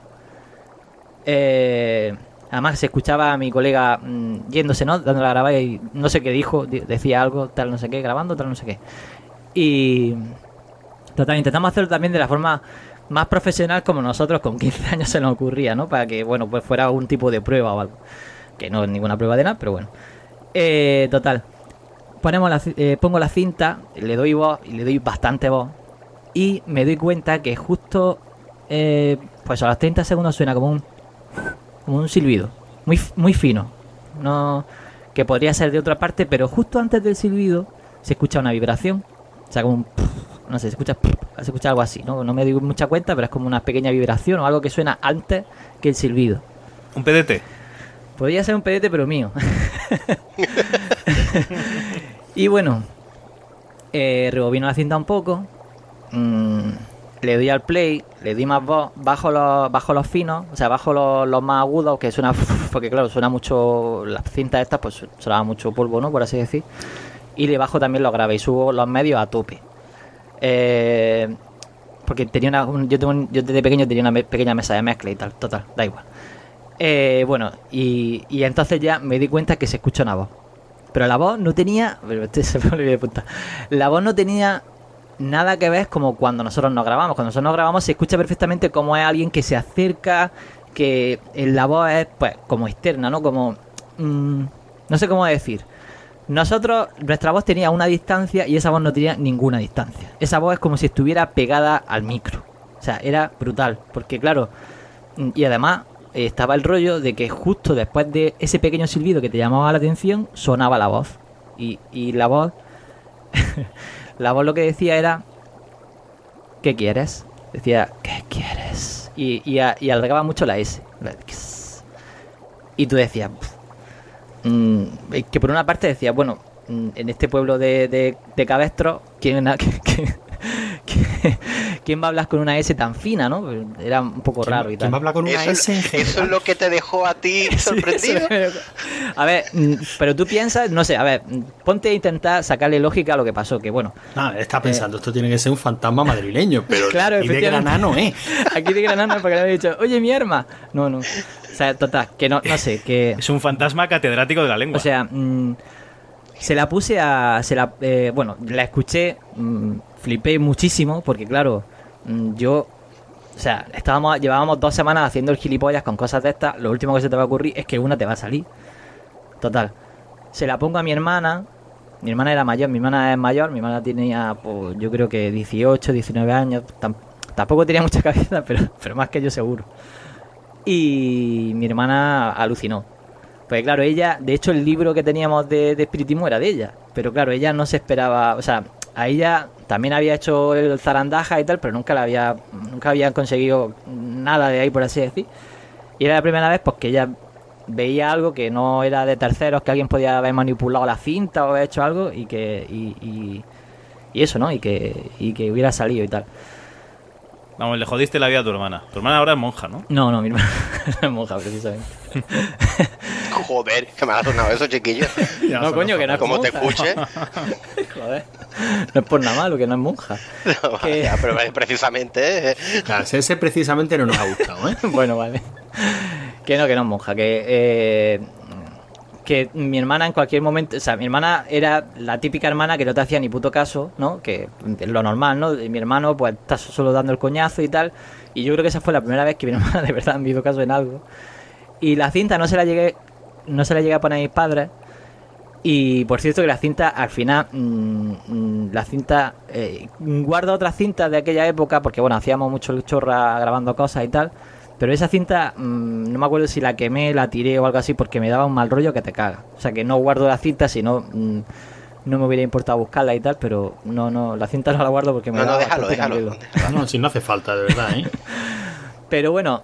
además se escuchaba a mi colega yéndose, ¿no? Dándole a grabar y no sé qué dijo, decía algo, tal no sé qué, grabando, tal no sé qué. Y... Total, intentamos hacerlo también de la forma más profesional como nosotros con 15 años se nos ocurría, ¿no? Para que, bueno, pues fuera un tipo de prueba o algo. Que no es ninguna prueba de nada, pero bueno. Total. Pongo la cinta, le doy voz y le doy bastante voz. Y me doy cuenta que justo, pues a los 30 segundos suena como un silbido. Muy, muy fino. No, que podría ser de otra parte, pero justo antes del silbido se escucha una vibración. O sea, como un... No sé, se escucha algo así, ¿no? No me doy mucha cuenta, pero es como una pequeña vibración o algo que suena antes que el silbido. ¿Un PDT? Podría ser un PDT, pero mío. Y bueno, rebobino la cinta un poco, le doy al play, le doy más voz, bajo los finos, o sea, bajo los más agudos, que suena... Porque claro, suena mucho... Las cintas estas, pues sonaba mucho polvo, ¿no? Por así decir. Y le bajo también los graves y subo los medios a tope. Porque tenía yo desde pequeño tenía una pequeña mesa de mezcla y tal, total, da igual. Bueno, y entonces ya me di cuenta que se escucha una voz. Pero la voz no tenía... La voz no tenía nada que ver como cuando nosotros nos grabamos. Cuando nosotros nos grabamos se escucha perfectamente como es alguien que se acerca, que la voz es pues como externa, ¿no? Como... no sé cómo decir. Nuestra voz tenía una distancia y esa voz no tenía ninguna distancia. Esa voz es como si estuviera pegada al micro. O sea, era brutal. Porque claro, y además estaba el rollo de que justo después de ese pequeño silbido que te llamaba la atención, sonaba la voz. Y la voz... la voz lo que decía era... ¿Qué quieres? Decía, ¿qué quieres? Y alargaba mucho la S. Y tú decías... que por una parte decía, bueno, en este pueblo de Cabestro, ¿quién va a hablar con una S tan fina, no? Era un poco raro y tal. ¿Quién va a hablar con una S en general? ¿Eso es lo que te dejó a ti sorprendido? A ver, pero tú piensas, no sé, a ver, ponte a intentar sacarle lógica a lo que pasó, que bueno. No, está pensando, esto tiene que ser un fantasma madrileño, pero claro, aquí de Granada no es. Aquí de Granada porque le había dicho, oye, mi arma. No. O sea, total, que no sé, que... Es un fantasma catedrático de la lengua. O sea, se la puse a... bueno, la escuché, flipé muchísimo, porque claro, yo... O sea, llevábamos 2 semanas haciendo el gilipollas con cosas de estas. Lo último que se te va a ocurrir es que una te va a salir. Total. Se la pongo a mi hermana. Mi hermana era mayor, mi hermana es mayor. Mi hermana tenía, pues, yo creo que 18, 19 años. Tampoco tenía mucha cabeza, pero más que yo seguro. Y mi hermana alucinó. Pues claro, ella, de hecho el libro que teníamos de espiritismo era de ella. Pero claro, ella no se esperaba, o sea, a ella también había hecho el zarandaja y tal, pero nunca habían conseguido nada de ahí, por así decir. Y era la primera vez pues que ella veía algo que no era de terceros, que alguien podía haber manipulado la cinta o haber hecho algo y que y eso, ¿no? Y que hubiera salido y tal. Vamos, le jodiste la vida a tu hermana. Tu hermana ahora es monja, ¿no? No, mi hermana no es monja, precisamente. Joder, que me ha sonado eso, chiquillo. No, coño, que no es Como te monja. escuche. Joder. No es por nada malo, que no es monja. No, Que- ya, pero precisamente... Claro, ese precisamente no nos ha gustado, ¿eh? Bueno, vale. Que no es monja, que mi hermana en cualquier momento, o sea, mi hermana era la típica hermana que no te hacía ni puto caso, ¿no? Que es lo normal, ¿no? Y mi hermano pues está solo dando el coñazo y tal, y yo creo que esa fue la primera vez que mi hermana de verdad me hizo caso en algo. Y la cinta no se la llegué a poner a mis padres. Y por cierto que la cinta al final guardo otras cintas de aquella época porque bueno, hacíamos mucho el chorra grabando cosas y tal. Pero esa cinta, no me acuerdo si la quemé, la tiré o algo así, porque me daba un mal rollo que te caga. O sea que no guardo la cinta, si no, no me hubiera importado buscarla y tal, pero no, la cinta no la guardo porque me No, daba déjalo. bastante miedo. No, si no hace falta, de verdad, ¿eh? Pero bueno,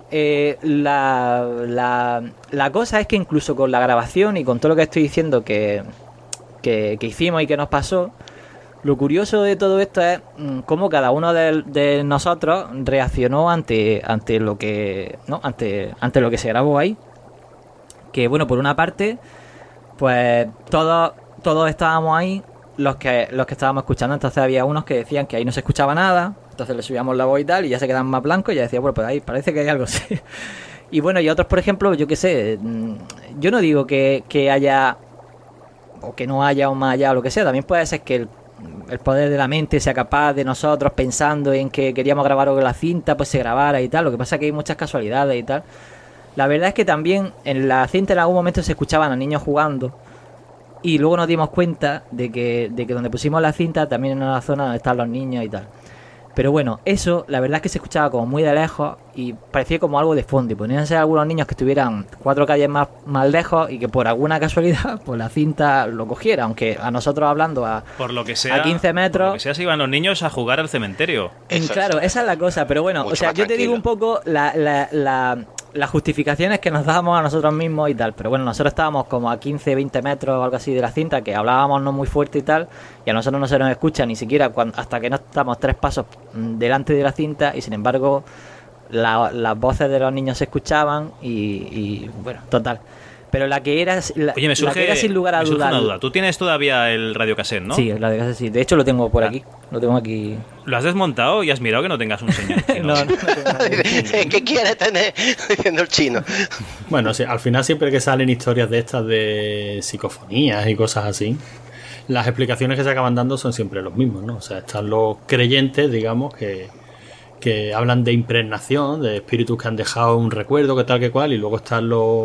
la cosa es que incluso con la grabación y con todo lo que estoy diciendo que hicimos y que nos pasó, lo curioso de todo esto es cómo cada uno de nosotros reaccionó ante lo que ¿no? ante lo que se grabó ahí. Que bueno, por una parte, pues todos estábamos ahí, los que estábamos escuchando. Entonces había unos que decían que ahí no se escuchaba nada, entonces le subíamos la voz y tal, y ya se quedaban más blancos, y ya decía, bueno, pues ahí parece que hay algo así. Y bueno, y otros, por ejemplo, yo qué sé, yo no digo que haya o que no haya o más allá o lo que sea, también puede ser que el poder de la mente sea capaz de nosotros pensando en que queríamos grabar algo en la cinta, pues se grabara y tal. Lo que pasa es que hay muchas casualidades y tal. La verdad es que también en la cinta en algún momento se escuchaban a niños jugando, y luego nos dimos cuenta de que donde pusimos la cinta también en una zona donde están los niños y tal. Pero bueno, eso la verdad es que se escuchaba como muy de lejos y parecía como algo de fondo. Y podrían ser algunos niños que estuvieran 4 calles más lejos y que por alguna casualidad pues la cinta lo cogiera. Aunque a nosotros hablando Por lo que sea, a 15 metros... Por lo que sea, se iban los niños a jugar al cementerio. Eso, claro, eso. esa es la cosa. Pero bueno, Mucho o sea, más yo te digo tranquilo. un poco las justificaciones que nos dábamos a nosotros mismos y tal. Pero bueno, nosotros estábamos como a 15, 20 metros o algo así de la cinta, que hablábamos no muy fuerte y tal, y a nosotros no se nos escucha ni siquiera hasta que no estamos 3 pasos delante de la cinta, y sin embargo las voces de los niños se escuchaban y bueno, total. Pero la que era Oye, me surge, la que era sin lugar a me surge dudar. una duda. Tú tienes todavía el radiocassette, ¿no? Sí, la de casa sí. De hecho lo tengo por aquí. Lo tengo aquí. ¿Lo has desmontado y has mirado que no tengas un señal chino? No, no tengo nada. ¿Qué quiere tener? Diciendo el chino. Bueno, sí, al final siempre que salen historias de estas de psicofonías y cosas así, las explicaciones que se acaban dando son siempre los mismos, ¿no? O sea, están los creyentes, digamos, que hablan de impregnación, de espíritus que han dejado un recuerdo, que tal que cual, y luego están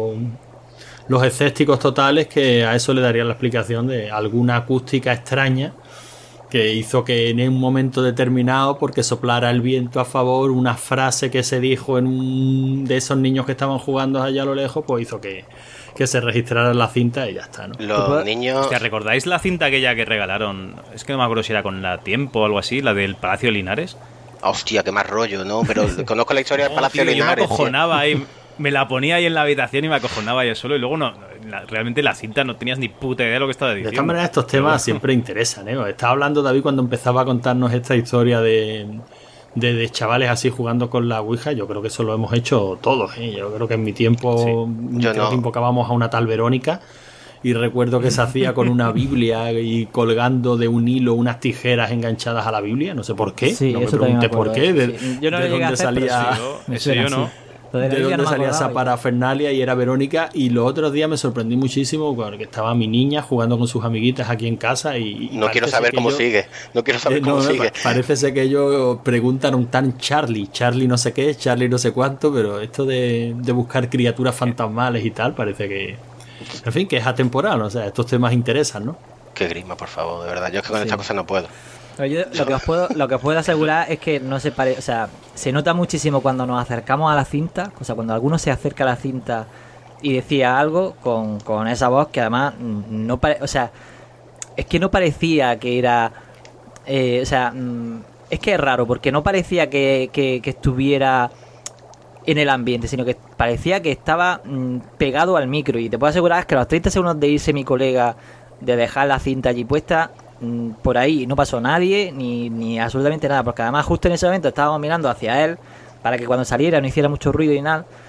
los escépticos totales, que a eso le darían la explicación de alguna acústica extraña que hizo que en un momento determinado, porque soplara el viento a favor, una frase que se dijo en un de esos niños que estaban jugando allá a lo lejos, pues hizo que se registrara en la cinta y ya está, ¿no? Los niños... Hostia, ¿recordáis la cinta aquella que regalaron? Es que no me acuerdo si era con la Tiempo o algo así, la del Palacio de Linares. Hostia, qué más rollo, ¿no? Pero conozco la historia del Oh, Palacio tío, de yo me Linares. tío. acojonaba ahí, me la ponía ahí en la habitación y me acojonaba yo solo, y luego realmente la cinta no tenías ni puta idea de lo que estaba De diciendo. todas maneras, estos temas siempre interesan, ¿eh? Estaba hablando David cuando empezaba a contarnos esta historia de chavales así jugando con la Ouija. Yo creo que eso lo hemos hecho todos, ¿eh? Yo creo que en mi tiempo Yo creo no. que invocábamos a una tal Verónica, y recuerdo que se hacía con una Biblia y colgando de un hilo unas tijeras enganchadas a la Biblia, no sé por qué, Sí, no me eso también me pregunté por acuerdo, qué, sí. Yo no de lo llegué a dónde hacer, pero salía... sí. Me Ese yo suena no. así. Lo de la de Biblia dónde no me salía esa acordaba. parafernalia, y era Verónica. Y los otros días me sorprendí muchísimo porque estaba mi niña jugando con sus amiguitas aquí en casa y No quiero parece saber que cómo ellos- sigue. No quiero saber cómo no, sigue. parece ser que ellos preguntan un tan Charlie no sé qué, Charlie no sé cuánto, pero esto de buscar criaturas fantasmales y tal, parece que, en fin, que es atemporal. O sea, estos temas interesan, ¿no? Qué grima, por favor, de verdad. Yo es que con Sí. estas cosas no puedo. Pero yo lo que os puedo asegurar es que no se o sea, se nota muchísimo cuando nos acercamos a la cinta, o sea, cuando alguno se acerca a la cinta y decía algo con esa voz que además no o sea, es que no parecía que era o sea, es que es raro porque no parecía que estuviera en el ambiente, sino que parecía que estaba pegado al micro. Y te puedo asegurar que a los 30 segundos de irse mi colega, de dejar la cinta allí puesta, por ahí no pasó nadie ni absolutamente nada, porque además justo en ese momento estábamos mirando hacia él para que cuando saliera no hiciera mucho ruido y nada.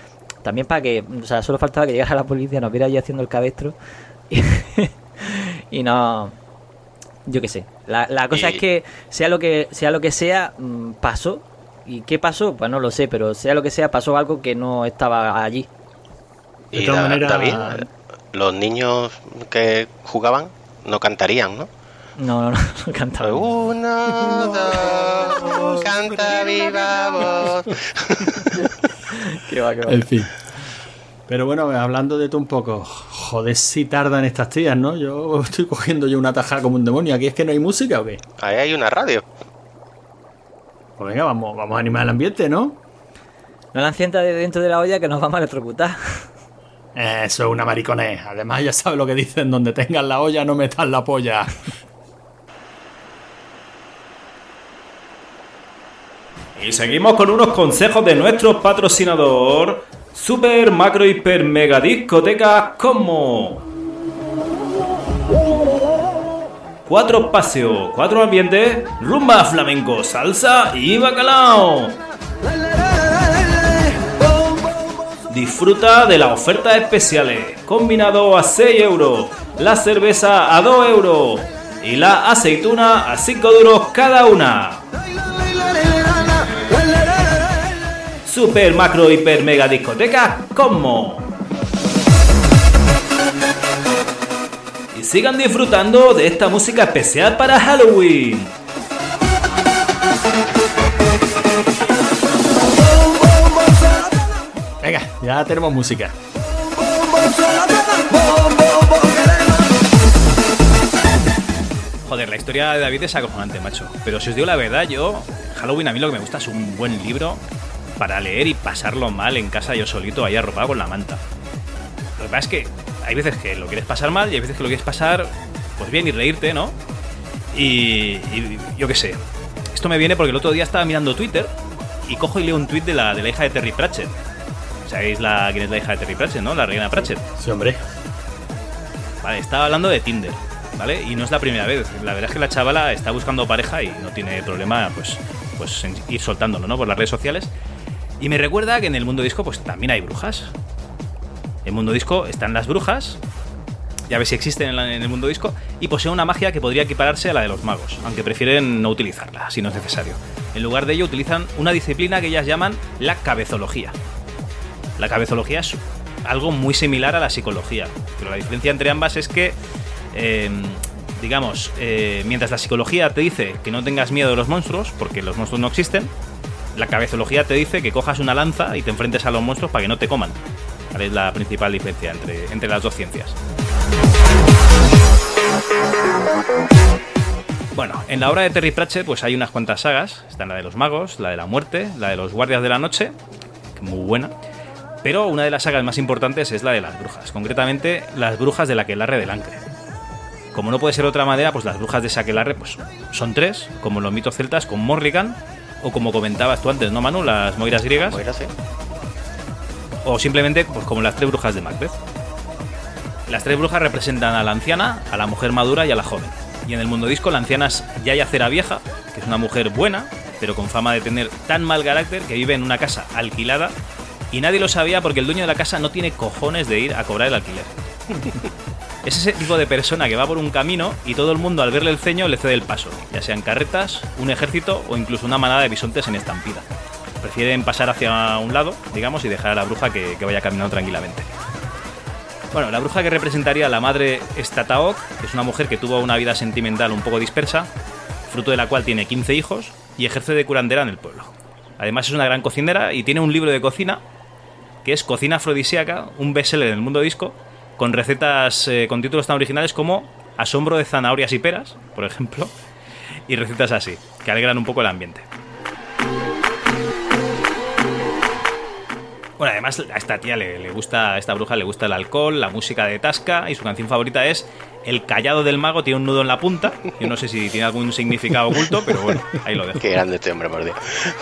También para que, o sea, solo faltaba que llegara la policía, nos viera allí haciendo el cabestro y no, yo qué sé. La cosa es que sea lo que sea, pasó. ¿Y qué pasó? Pues no lo sé, pero sea lo que sea, pasó algo que no estaba allí. Y de todas maneras, David, los niños que jugaban no cantarían, ¿no? No cantaban. Una, dos, canta viva voz. Qué va. En fin. Pero bueno, hablando de todo un poco, joder si tardan estas tías, ¿no? Yo estoy cogiendo yo una tajada como un demonio. ¿Aquí es que no hay música o qué? Ahí hay una radio. Pues venga, vamos a animar el ambiente, ¿no? No la encienda de dentro de la olla que nos vamos a electrocutar. Eso es una mariconés. Además ya sabes lo que dicen, donde tengas la olla no metas la polla. Y seguimos con unos consejos de nuestro patrocinador, Super Macro Hiper Mega Discoteca Cosmo. 4 espacios, 4 ambientes, rumba, flamenco, salsa y bacalao. Disfruta de las ofertas especiales, combinado a 6 euros, la cerveza a 2 euros y la aceituna a 5 duros cada una. Super Macro Hiper Mega Discoteca Cosmo. Y sigan disfrutando de esta música especial para Halloween. Venga, ya tenemos música. Joder, la historia de David es acojonante, macho. Pero si os digo la verdad, yo, Halloween, a mí lo que me gusta es un buen libro para leer y pasarlo mal en casa yo solito, ahí arropado con la manta. Lo que pasa es que hay veces que lo quieres pasar mal y hay veces que lo quieres pasar pues bien y reírte, ¿no? Y yo qué sé. Esto me viene porque el otro día estaba mirando Twitter y cojo y leo un tweet de la hija de Terry Pratchett. ¿Sabéis quién es la hija de Terry Pratchett, no? La reina Pratchett. Sí, hombre. Vale, estaba hablando de Tinder, ¿vale? Y no es la primera vez. La verdad es que la chavala está buscando pareja y no tiene problema, pues en ir soltándolo, ¿no? Por las redes sociales. Y me recuerda que en el mundo disco, pues también hay brujas. En el mundo disco están las brujas, ya ves si existen en el mundo disco, y poseen una magia que podría equipararse a la de los magos, aunque prefieren no utilizarla, si no es necesario. En lugar de ello, utilizan una disciplina que ellas llaman la cabezología. La cabezología es algo muy similar a la psicología, pero la diferencia entre ambas es que, mientras la psicología te dice que no tengas miedo de los monstruos, porque los monstruos no existen, la cabezología te dice que cojas una lanza y te enfrentes a los monstruos para que no te coman. ¿Vale? Es la principal diferencia entre las dos ciencias. Bueno, en la obra de Terry Pratchett pues hay unas cuantas sagas. Está la de los magos, la de la muerte, la de los guardias de la noche, que es muy buena. Pero una de las sagas más importantes es la de las brujas, concretamente las brujas del aquelarre del Ancre. Como no puede ser de otra manera, pues las brujas de ese aquelarre pues, son 3, como los mitos celtas con Morrigan, o como comentabas tú antes, ¿no, Manu? Las moiras griegas. Moiras, sí. O simplemente pues como las 3 brujas de Macbeth. Las 3 brujas representan a la anciana, a la mujer madura y a la joven. Y en el mundo disco la anciana es Yaya Cera Vieja, que es una mujer buena, pero con fama de tener tan mal carácter que vive en una casa alquilada y nadie lo sabía porque el dueño de la casa no tiene cojones de ir a cobrar el alquiler. Es ese tipo de persona que va por un camino y todo el mundo al verle el ceño le cede el paso, ya sean carretas, un ejército o incluso una manada de bisontes en estampida. Prefieren pasar hacia un lado, digamos, y dejar a la bruja que vaya caminando tranquilamente. Bueno, la bruja que representaría a la madre Stataok, que es una mujer que tuvo una vida sentimental un poco dispersa, fruto de la cual tiene 15 hijos y ejerce de curandera en el pueblo. Además es una gran cocinera y tiene un libro de cocina que es Cocina Afrodisíaca, un bestseller en el mundo disco, con recetas con títulos tan originales como Asombro de zanahorias y peras, por ejemplo, y recetas así, que alegran un poco el ambiente. Bueno, además a esta tía le gusta, a esta bruja le gusta el alcohol, la música de Tasca, y su canción favorita es El callado del mago tiene un nudo en la punta. Yo no sé si tiene algún significado oculto, pero bueno, ahí lo dejo. Qué grande este hombre, por Dios.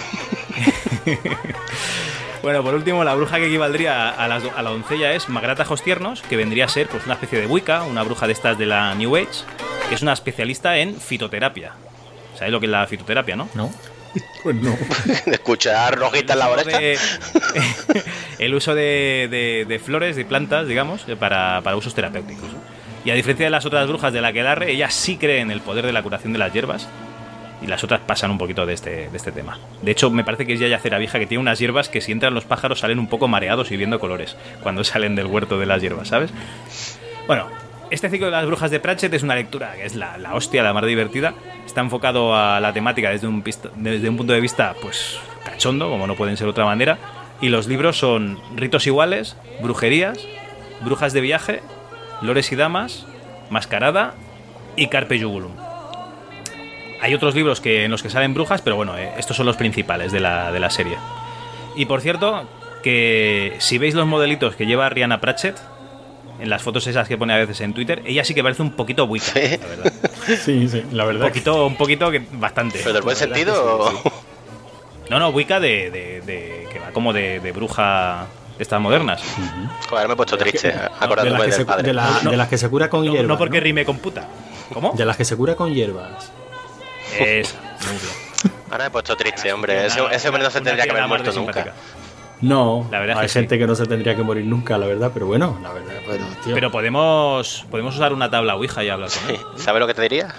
Bueno, por último, la bruja que equivaldría a la doncella es Magrata Jostiernos, que vendría a ser pues una especie de Wicca, una bruja de estas de la New Age, que es una especialista en fitoterapia. ¿Sabéis lo que es la fitoterapia, no? No. Pues no. Escuchar rojita en la oreja. el uso de flores, de plantas, digamos, para usos terapéuticos, ¿no? Y a diferencia de las otras brujas de la aquelarre, ellas sí creen en el poder de la curación de las hierbas. Y las otras pasan un poquito de este tema. De hecho, me parece que es Yaya Ceravija, que tiene unas hierbas que si entran los pájaros salen un poco mareados y viendo colores cuando salen del huerto de las hierbas, ¿sabes? Bueno, este ciclo de las brujas de Pratchett es una lectura que es la hostia, la más divertida. Está enfocado a la temática desde un punto de vista, pues, cachondo, como no pueden ser de otra manera. Y los libros son Ritos Iguales, Brujerías, Brujas de Viaje, Lores y Damas, Mascarada y Carpe Jugulum. Hay otros libros en los que salen brujas, pero bueno, estos son los principales de la serie. Y por cierto, que si veis los modelitos que lleva Rhianna Pratchett, en las fotos esas que pone a veces en Twitter, ella sí que parece un poquito Wicca, ¿sí? La verdad. Sí, la verdad. Un poquito, bastante. ¿Pero del buen sentido? Sí. No, Wicca que va como de bruja de estas modernas. Joder, me he puesto triste, acordándome del padre. De las que se cura con hierbas. No porque rime con puta. ¿Cómo? De las que se cura con hierbas. Esa, muy bien. Ahora me he puesto triste, hombre. Ese hombre no se tendría que haber muerto nunca. No, la verdad hay es gente que no se tendría que morir nunca, la verdad, pero bueno, la verdad, tío. Pero podemos usar una tabla Ouija y hablar con él. ¿Sabes lo que te diría?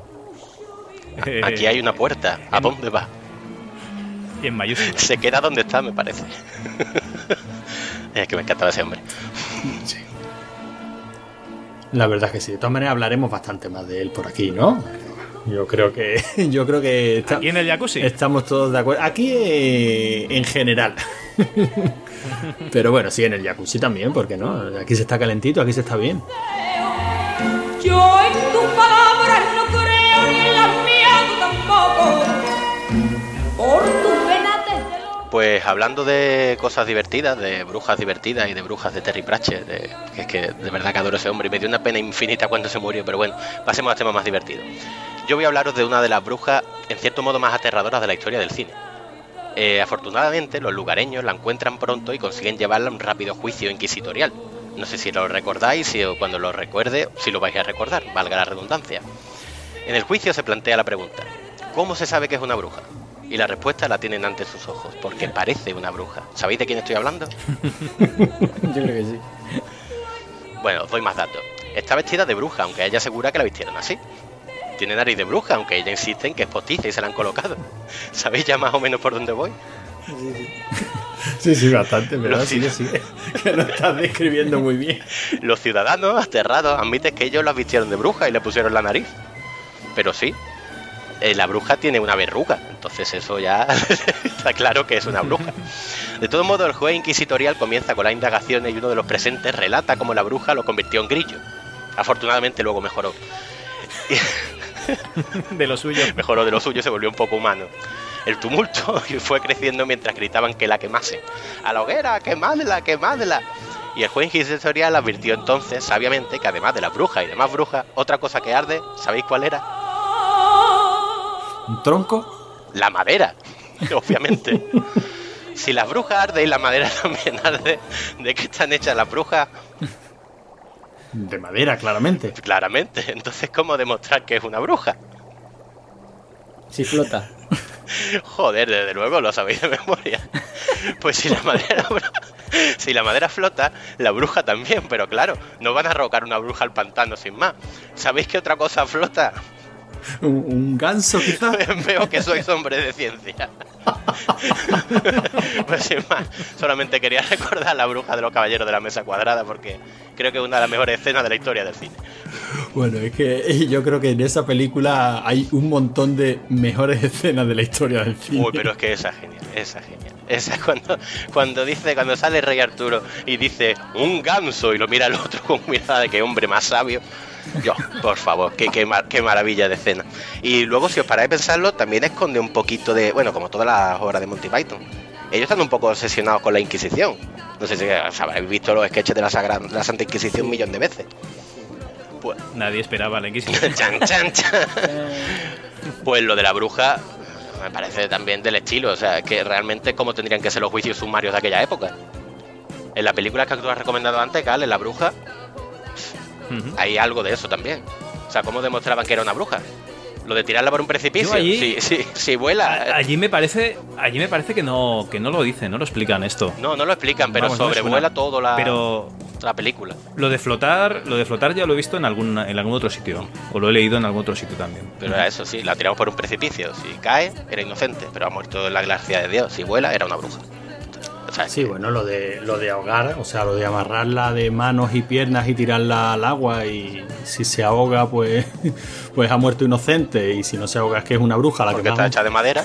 Aquí hay una puerta. ¿A dónde va? Y en mayúsculas. Se queda donde está, me parece. Es que me encantaba ese hombre. Sí. La verdad es que sí. De todas maneras hablaremos bastante más de él por aquí, ¿no? Yo creo que ¿Aquí en el jacuzzi? Estamos todos de acuerdo. Aquí en general. Pero bueno, sí, en el jacuzzi también, ¿por qué no? Aquí se está calentito, aquí se está bien. Yo en tus palabras no creo ni en las mías tú tampoco. Por tus venas desde lo... Pues hablando de cosas divertidas, de brujas divertidas y de brujas de Terry Pratchett, que es que de verdad que adoro ese hombre y me dio una pena infinita cuando se murió, pero bueno, pasemos a temas más divertidos. Yo voy a hablaros de una de las brujas, en cierto modo, más aterradoras de la historia del cine. Afortunadamente, los lugareños la encuentran pronto y consiguen llevarla a un rápido juicio inquisitorial. No sé si lo recordáis, o cuando lo recuerde, si lo vais a recordar, valga la redundancia. En el juicio se plantea la pregunta: ¿cómo se sabe que es una bruja? Y la respuesta la tienen ante sus ojos, porque parece una bruja. ¿Sabéis de quién estoy hablando? Yo creo que sí. Bueno, os doy más datos. Está vestida de bruja, aunque ella asegura que la vistieron así. Tiene nariz de bruja, aunque ella insiste en que es postiza y se la han colocado. ¿Sabéis ya más o menos por dónde voy? Sí, bastante, pero sí. Que lo estás describiendo muy bien. Los ciudadanos, aterrados, admiten que ellos la vistieron de bruja y le pusieron la nariz. Pero sí, la bruja tiene una verruga, entonces eso ya está claro que es una bruja. De todo modo, el juez inquisitorial comienza con las indagaciones y uno de los presentes relata cómo la bruja lo convirtió en grillo. Afortunadamente luego mejoró. De lo suyo. Mejoró de lo suyo, se volvió un poco humano. El tumulto fue creciendo mientras gritaban que la quemasen. ¡A la hoguera! ¡Quemadla! ¡Quemadla! Y el juez inquisitorial advirtió entonces, sabiamente, que además de las brujas y demás brujas, otra cosa que arde, ¿sabéis cuál era? ¿Un tronco? La madera, obviamente. Si las brujas arden y la madera también arde, ¿de qué están hechas las brujas? De madera, claramente. Claramente. Entonces, ¿cómo demostrar que es una bruja? Si flota. Joder, desde luego lo sabéis de memoria. Pues si la madera flota, la bruja también, pero claro, no van a arrojar una bruja al pantano sin más. ¿Sabéis qué otra cosa flota? ¿Un ganso, quizás? Veo que sois hombres de ciencia. Pues sin más, solamente quería recordar a la bruja de los caballeros de la mesa cuadrada, porque creo que es una de las mejores escenas de la historia del cine. Bueno, es que yo creo que en esa película hay un montón de mejores escenas de la historia del cine. Uy, pero es que esa es genial, esa es genial. Esa es cuando sale el rey Arturo y dice un ganso y lo mira al otro con mirada de que hombre más sabio. Yo, por favor, qué maravilla de escena. Y luego, si os paráis a pensarlo, también esconde un poquito de, bueno, como todas las obras de Monty Python. Ellos están un poco obsesionados con la Inquisición. No sé si habréis visto los sketches de la Santa Inquisición un millón de veces. Pues nadie esperaba la Inquisición. Chan, chan, chan. Pues lo de la bruja me parece también del estilo, o sea, que realmente cómo tendrían que ser los juicios sumarios de aquella época. En la película que tú has recomendado antes, Cal, en La Bruja, hay algo de eso también. O sea, ¿cómo demostraban que era una bruja? Lo de tirarla por un precipicio. Yo allí, sí, Si vuela. Allí me parece que no lo dicen, no lo explican esto. No lo explican, pero Vamos, no me sobrevuela suena. todo Pero la película. lo de flotar ya lo he visto en algún otro sitio. O lo he leído en algún otro sitio también. Pero era eso, sí, la tiramos por un precipicio. Si cae, era inocente, pero ha muerto en la gracia de Dios. Si vuela, era una bruja. O sea, Sí, bueno, lo de ahogar, o sea, lo de amarrarla de manos y piernas y tirarla al agua, y si se ahoga, pues ha muerto inocente, y si no se ahoga es que es una bruja la porque que está vamos. hecha de madera.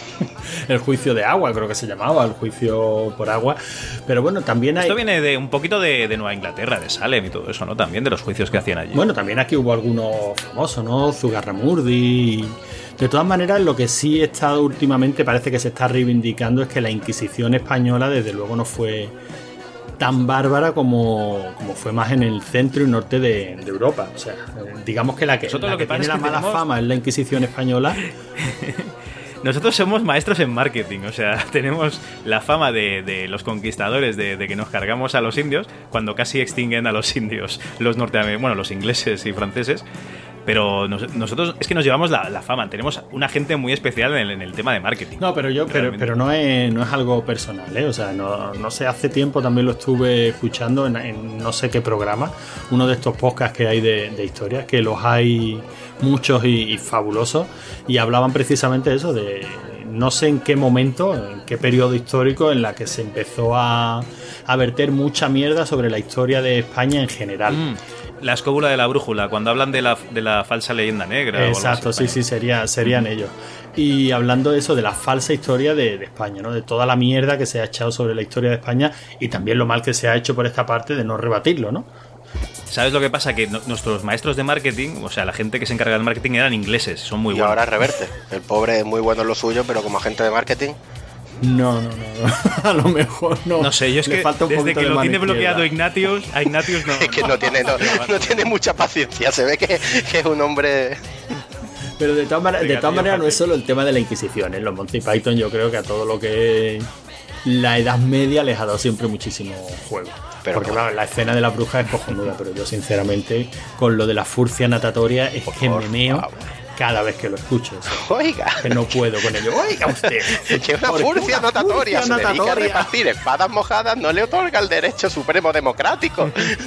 El juicio de agua, creo que se llamaba, el juicio por agua. Pero bueno, también hay... Esto viene de un poquito de Nueva Inglaterra, de Salem y todo eso, ¿no? También de los juicios que hacían allí. Bueno, también aquí hubo algunos famosos, ¿no? Zugarramurdi. De todas maneras, lo que sí he estado últimamente, parece que se está reivindicando, es que la Inquisición española, desde luego, no fue tan bárbara como fue más en el centro y norte de Europa. O sea, digamos que la que Nosotros la lo que que pasa tiene es la que mala tenemos- fama es la Inquisición española. Nosotros somos maestros en marketing, o sea, tenemos la fama de los conquistadores, de que nos cargamos a los indios, cuando casi extinguen a los indios, los norteamericanos, bueno, los ingleses y franceses. Pero nosotros es que nos llevamos la fama, tenemos una gente muy especial en el tema de marketing. No, pero pero no es algo personal, ¿eh? O sea, no sé, hace tiempo también lo estuve escuchando en no sé qué programa, uno de estos podcasts que hay de historias, que los hay muchos y fabulosos, y hablaban precisamente de eso, de no sé en qué momento, en qué periodo histórico en la que se empezó a verter mucha mierda sobre la historia de España en general. La escóbula de la brújula, cuando hablan de la falsa leyenda negra. o algo Exacto, así, sí, serían ellos. Y hablando de eso, de la falsa historia de España, ¿no? De toda la mierda que se ha echado sobre la historia de España, y también lo mal que se ha hecho por esta parte de no rebatirlo, ¿no? ¿Sabes lo que pasa? Que nuestros maestros de marketing, o sea, la gente que se encarga del marketing eran ingleses, son muy Y buenos. ahora reverte. El pobre es muy bueno en lo suyo, pero como agente de marketing. No. A lo mejor no. No sé, yo es Le que falta un desde poquito que de lo mano tiene bloqueado izquierda. a Ignatius no. Es que no tiene mucha paciencia. Se ve que es un hombre. Pero de todas Venga, tío, maneras no es fácil. solo el tema de la Inquisición. En los Monty Python yo creo que a todo lo que es la Edad Media les ha dado siempre muchísimo juego. Pero porque bueno. claro, la escena de la bruja es cojonuda, pero yo sinceramente con lo de la furcia natatoria es que me meo cada vez que lo escucho. O sea, Oiga. que no puedo con ello. Oiga usted. Que una ¿Por qué furcia una natatoria furcia se dedica a natatoria? repartir espadas mojadas, no le otorga el derecho supremo democrático.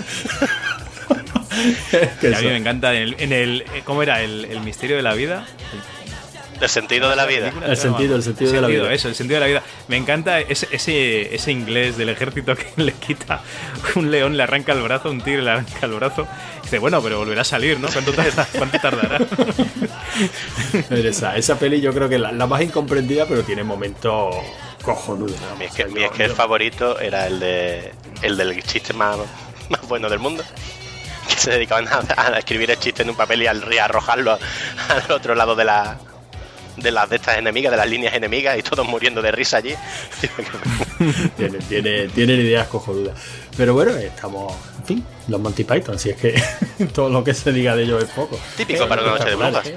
Que Y a mí eso. me encanta ¿cómo era? El misterio de la vida. El sentido de la vida. El sentido de la vida. Eso, el sentido de la vida. Me encanta ese inglés del ejército que le quita un león, le arranca el brazo, un tigre le arranca el brazo. Dice, bueno, pero volverá a salir, ¿no? ¿Cuánto tardará? Pero esa peli yo creo que la más incomprendida, pero tiene momentos cojonudos. ¿no? Mi O sea, es que el favorito era el del chiste más bueno del mundo. Que se dedicaban a escribir el chiste en un papel y a arrojarlo al otro lado de las de estas enemigas, de las líneas enemigas, y todos muriendo de risa allí. Tienen ideas cojonudas. Pero bueno, estamos, en fin, los Monty Python, si es que todo lo que se diga de ellos es poco. Típico para una noche de brujas.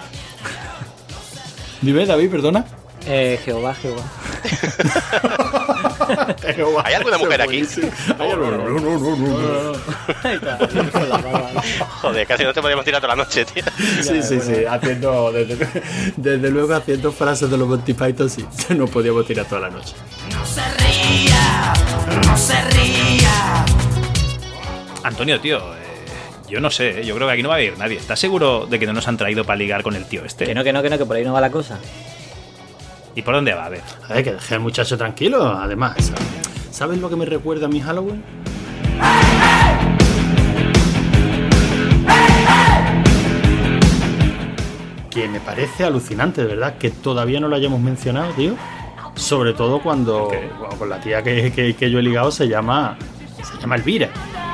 Dime, David, perdona. Jehová. ¿Hay alguna mujer aquí? Hay alguna- no. Con la barba. Joder, casi no te podíamos tirar toda la noche, tío. Sí, haciendo, desde luego haciendo frases de los Monty Python, sí, no podíamos tirar toda la noche. Antonio, tío, yo no sé, yo creo que aquí no va a ir nadie. ¿Estás seguro de que no nos han traído para ligar con el tío este? Que no, que por ahí no va la cosa. ¿Y por dónde va? A ver. A ver, que deje al muchacho tranquilo, además. ¿Sabes lo que me recuerda a mi Halloween? Que me parece alucinante, de verdad, que todavía no lo hayamos mencionado, tío. Sobre todo cuando Ok. bueno, con la tía que yo he ligado se llama Elvira.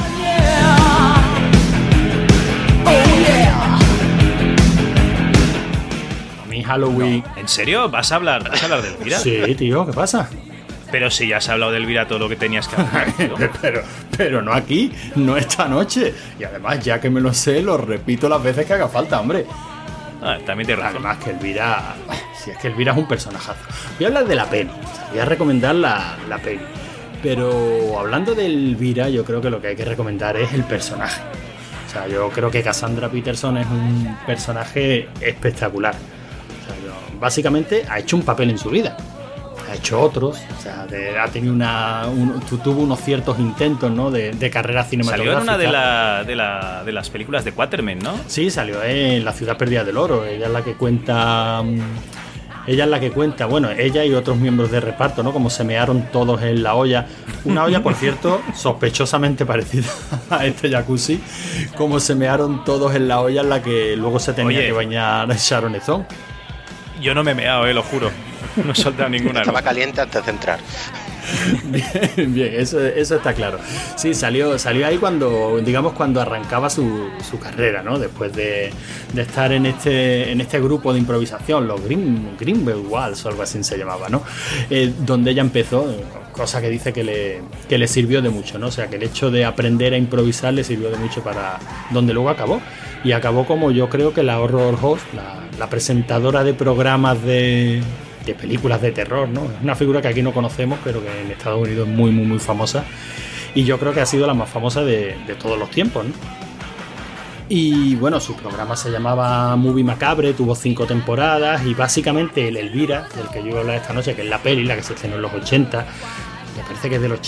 A mí Halloween... ¿En serio? ¿Vas a hablar de Elvira? Sí, tío, ¿qué pasa? Pero si ya has hablado de Elvira todo lo que tenías que hablar, tío. pero no aquí, no esta noche. Y además, ya que me lo sé, lo repito las veces que haga falta, hombre. Ah, también tienes razón. Además que Elvira... Si es que Elvira es un personajazo. Voy a hablar de la peli. O sea, voy a recomendar la peli. Pero hablando de Elvira, yo creo que lo que hay que recomendar es el personaje. O sea, yo creo que Cassandra Peterson es un personaje espectacular. O sea, básicamente ha hecho un papel en su vida. Ha hecho otros, o sea, ha tenido tuvo unos ciertos intentos, ¿no? de carrera cinematográfica. Salió en una de las películas de Quatermain, ¿no? Sí, salió en La ciudad perdida del oro. Ella es la que cuenta, bueno, ella y otros miembros de reparto, ¿no? Como se mearon todos en la olla. Una olla, por cierto, sospechosamente parecida a este jacuzzi. Como se mearon todos en la olla en la que luego se tenía que bañar Sharon Stone. Yo no me he meado, lo juro. No he soltado ninguna. Estaba caliente antes de entrar. Bien, eso está claro. Sí, salió ahí cuando arrancaba su carrera, ¿no? Después de estar en este grupo de improvisación, los Greenbelt Walls o algo así se llamaba, ¿no? Donde ella empezó, cosa que dice que le sirvió de mucho, ¿no? O sea, que el hecho de aprender a improvisar le sirvió de mucho para donde luego acabó. Y acabó como yo creo que la horror host, la presentadora de programas de películas de terror, ¿no? Es una figura que aquí no conocemos, pero que en Estados Unidos es muy, muy, muy famosa. Y yo creo que ha sido la más famosa de todos los tiempos, ¿no? Y bueno, su programa se llamaba Movie Macabre, tuvo 5 temporadas y básicamente el Elvira, del que yo voy a hablar esta noche, que es la peli, la que se estrenó en los 80, me parece que es del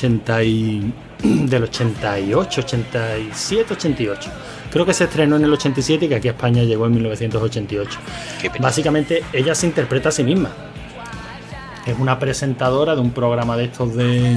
88, 87, 88. Creo que se estrenó en el 87 y que aquí a España llegó en 1988. Básicamente ella se interpreta a sí misma. Es una presentadora de un programa de estos de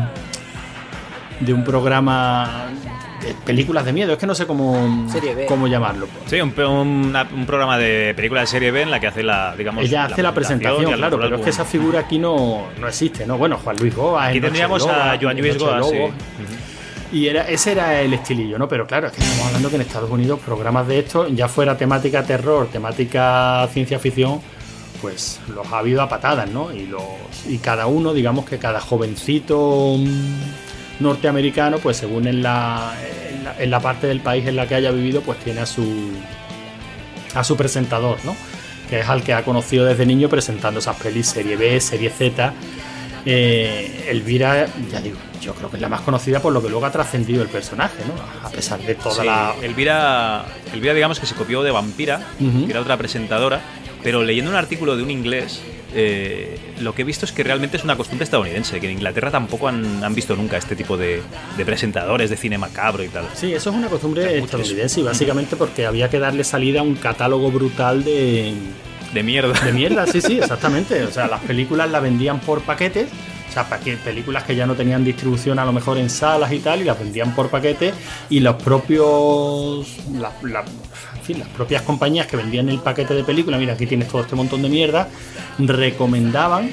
un programa de películas de miedo. Es que no sé cómo llamarlo. Sí, un programa de películas de serie B en la que hace ella hace la presentación, claro, pero es que esa figura aquí no existe, ¿no? Bueno, Juan Luis Goa. Aquí tendríamos a Joan Lluís Goa, sí. Y ese era el estilillo, ¿no? Pero claro, es que estamos hablando que en Estados Unidos programas de estos, ya fuera temática terror, temática ciencia ficción, pues los ha habido a patadas, ¿no? Y cada uno, digamos que cada jovencito norteamericano, pues según en la parte del país en la que haya vivido, pues tiene a su presentador, ¿no? Que es al que ha conocido desde niño presentando esas pelis serie B, serie Z. Elvira, ya digo, yo creo que es la más conocida por lo que luego ha trascendido el personaje, ¿no? A pesar de toda Elvira, digamos que se copió de Vampira, que era otra presentadora, pero leyendo un artículo de un inglés, lo que he visto es que realmente es una costumbre estadounidense, que en Inglaterra tampoco han visto nunca este tipo de presentadores de cine macabro y tal. Sí, eso es una costumbre estadounidense y básicamente porque había que darle salida a un catálogo brutal de mierda. De mierda, sí, exactamente. O sea, las películas las vendían por paquetes. O sea, películas que ya no tenían distribución a lo mejor en salas y tal, y las vendían por paquetes. Y los propios... las propias compañías que vendían el paquete de películas, mira, aquí tienes todo este montón de mierda, recomendaban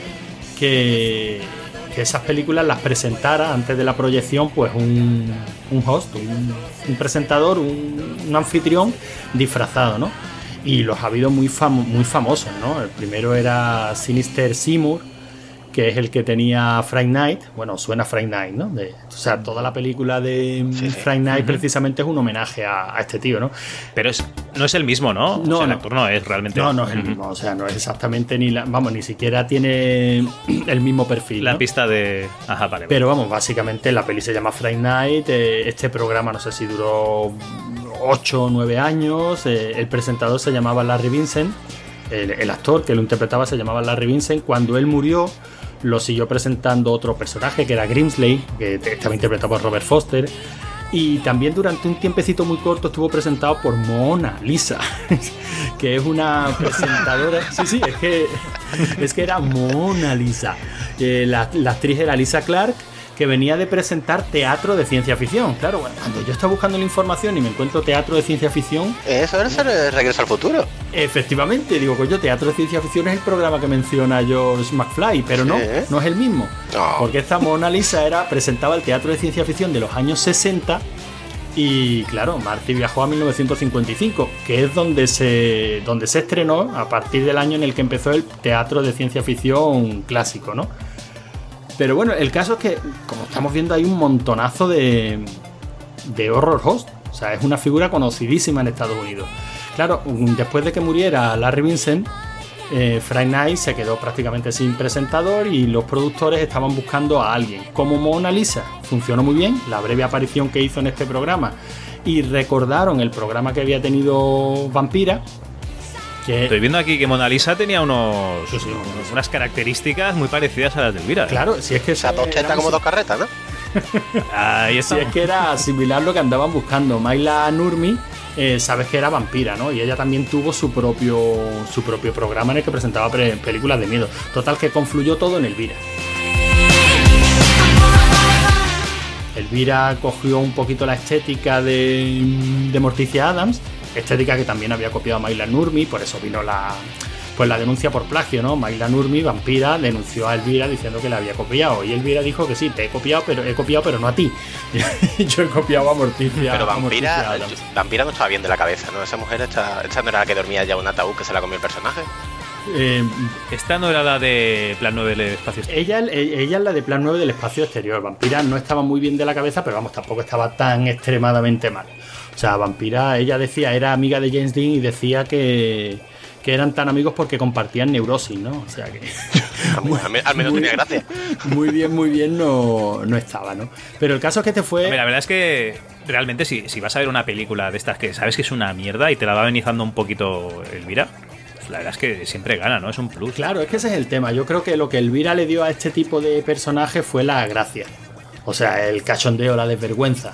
que esas películas las presentara antes de la proyección, pues un host, un presentador, un anfitrión disfrazado, ¿no? Y los ha habido muy famosos, ¿no? El primero era Sinister Seymour, que es el que tenía Fright Night. Bueno, suena Fright Night, ¿no? O sea, toda la película de Fright Night precisamente es un homenaje a este tío, ¿no? Pero no es el mismo, ¿no? No, o sea, el actor no es realmente... No es el mismo, o sea, no es exactamente ni siquiera tiene el mismo perfil, la ¿no? pista de... Ajá, vale. Pero vamos, básicamente la peli se llama Fright Night. Este programa no sé si duró 8 o 9 años. El presentador se llamaba Larry Vincent. El actor que lo interpretaba se llamaba Larry Vincent. Cuando él murió, lo siguió presentando otro personaje que era Grimsley, que estaba interpretado por Robert Foster. Y también durante un tiempecito muy corto estuvo presentado por Mona Lisa, que es una presentadora. Sí, es que era Mona Lisa. La actriz era Lisa Clark, que venía de presentar teatro de ciencia ficción. Claro, bueno, cuando yo estaba buscando la información y me encuentro teatro de ciencia ficción... Eso es Regreso al Futuro. Efectivamente, digo, coño, teatro de ciencia ficción es el programa que menciona George McFly, pero no es el mismo. No. Porque esta Mona Lisa presentaba el teatro de ciencia ficción de los años 60 y, claro, Marty viajó a 1955, que es donde se estrenó a partir del año en el que empezó el teatro de ciencia ficción clásico, ¿no? Pero bueno, el caso es que, como estamos viendo, hay un montonazo de horror host. O sea, es una figura conocidísima en Estados Unidos. Claro, después de que muriera Larry Vincent, Fright Night se quedó prácticamente sin presentador y los productores estaban buscando a alguien. Como Mona Lisa funcionó muy bien, la breve aparición que hizo en este programa, y recordaron el programa que había tenido Vampira, Que... Estoy viendo aquí que Mona Lisa tenía Sí, unas características muy parecidas a las de Elvira. Claro, si es que... O sea, 2 tetas como 2 carretas, ¿no? Ahí Si está. es que era similar lo que andaban buscando. Mayla Nurmi, sabes que era vampira, ¿no? Y ella también tuvo su propio programa en el que presentaba películas de miedo. Total, que confluyó todo en Elvira. Elvira cogió un poquito la estética de Morticia Adams, estética que también había copiado a Mayla Nurmi, por eso vino la denuncia por plagio, ¿no? Mayla Nurmi, vampira, denunció a Elvira diciendo que la había copiado, y Elvira dijo que sí, te he copiado, pero no a ti. Yo he copiado a Morticia. Pero Morticia Adams. Vampira no estaba bien de la cabeza, ¿no? Esa mujer, esta no era la que dormía ya en un ataúd que se la comió el personaje. Esta no era la de Plan 9 del espacio exterior. Ella es la de Plan 9 del espacio exterior. Vampira no estaba muy bien de la cabeza, pero vamos, tampoco estaba tan extremadamente mal. O sea, Vampira, ella decía, era amiga de James Dean y decía que eran tan amigos porque compartían neurosis, ¿no? O sea que... al menos tenía gracia. Muy bien no estaba, ¿no? Pero el caso es que este fue... Hombre, la verdad es que realmente si vas a ver una película de estas que sabes que es una mierda y te la va amenizando un poquito Elvira, la verdad es que siempre gana, ¿no? Es un plus. Claro, es que ese es el tema. Yo creo que lo que Elvira le dio a este tipo de personaje fue la gracia. O sea, el cachondeo, la desvergüenza.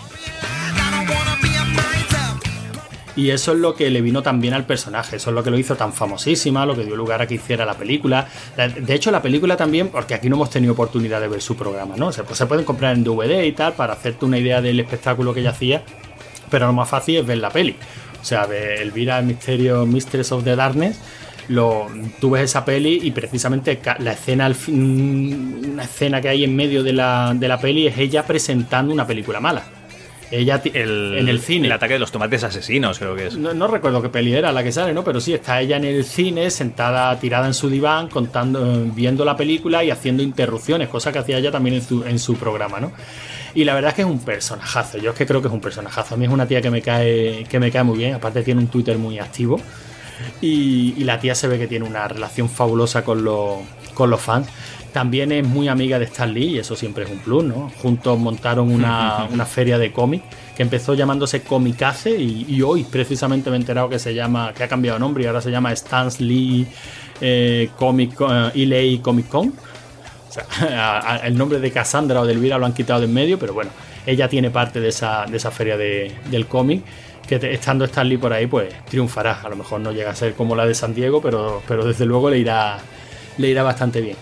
Y eso es lo que le vino tan bien al personaje, eso es lo que lo hizo tan famosísima, lo que dio lugar a que hiciera la película. De hecho, la película también, porque aquí no hemos tenido oportunidad de ver su programa, ¿no? O sea, pues se pueden comprar en DVD y tal para hacerte una idea del espectáculo que ella hacía, pero lo más fácil es ver la peli. O sea, de Elvira, el misterio, Mistress of the Darkness, tú ves esa peli y precisamente la escena, una escena que hay en medio de la peli es ella presentando una película mala. Ella en el cine. El ataque de los tomates asesinos, creo que es. No recuerdo qué peli era la que sale, ¿no? Pero sí, está ella en el cine, sentada, tirada en su diván, viendo la película y haciendo interrupciones, cosa que hacía ella también en su programa, ¿no? Y la verdad es que es un personajazo. Yo es que creo que es un personajazo. A mí es una tía que me cae muy bien. Aparte tiene un Twitter muy activo. Y la tía se ve que tiene una relación fabulosa con los fans. También es muy amiga de Stan Lee y eso siempre es un plus, ¿no? Juntos montaron una feria de cómic que empezó llamándose Comikaze y hoy precisamente me he enterado que ha cambiado de nombre y ahora se llama Stan Lee LA Comic Con. O sea, el nombre de Cassandra o de Elvira lo han quitado de en medio, pero bueno, ella tiene parte de esa feria del cómic, que estando Stan Lee por ahí pues triunfará. A lo mejor no llega a ser como la de San Diego, pero desde luego le irá bastante bien.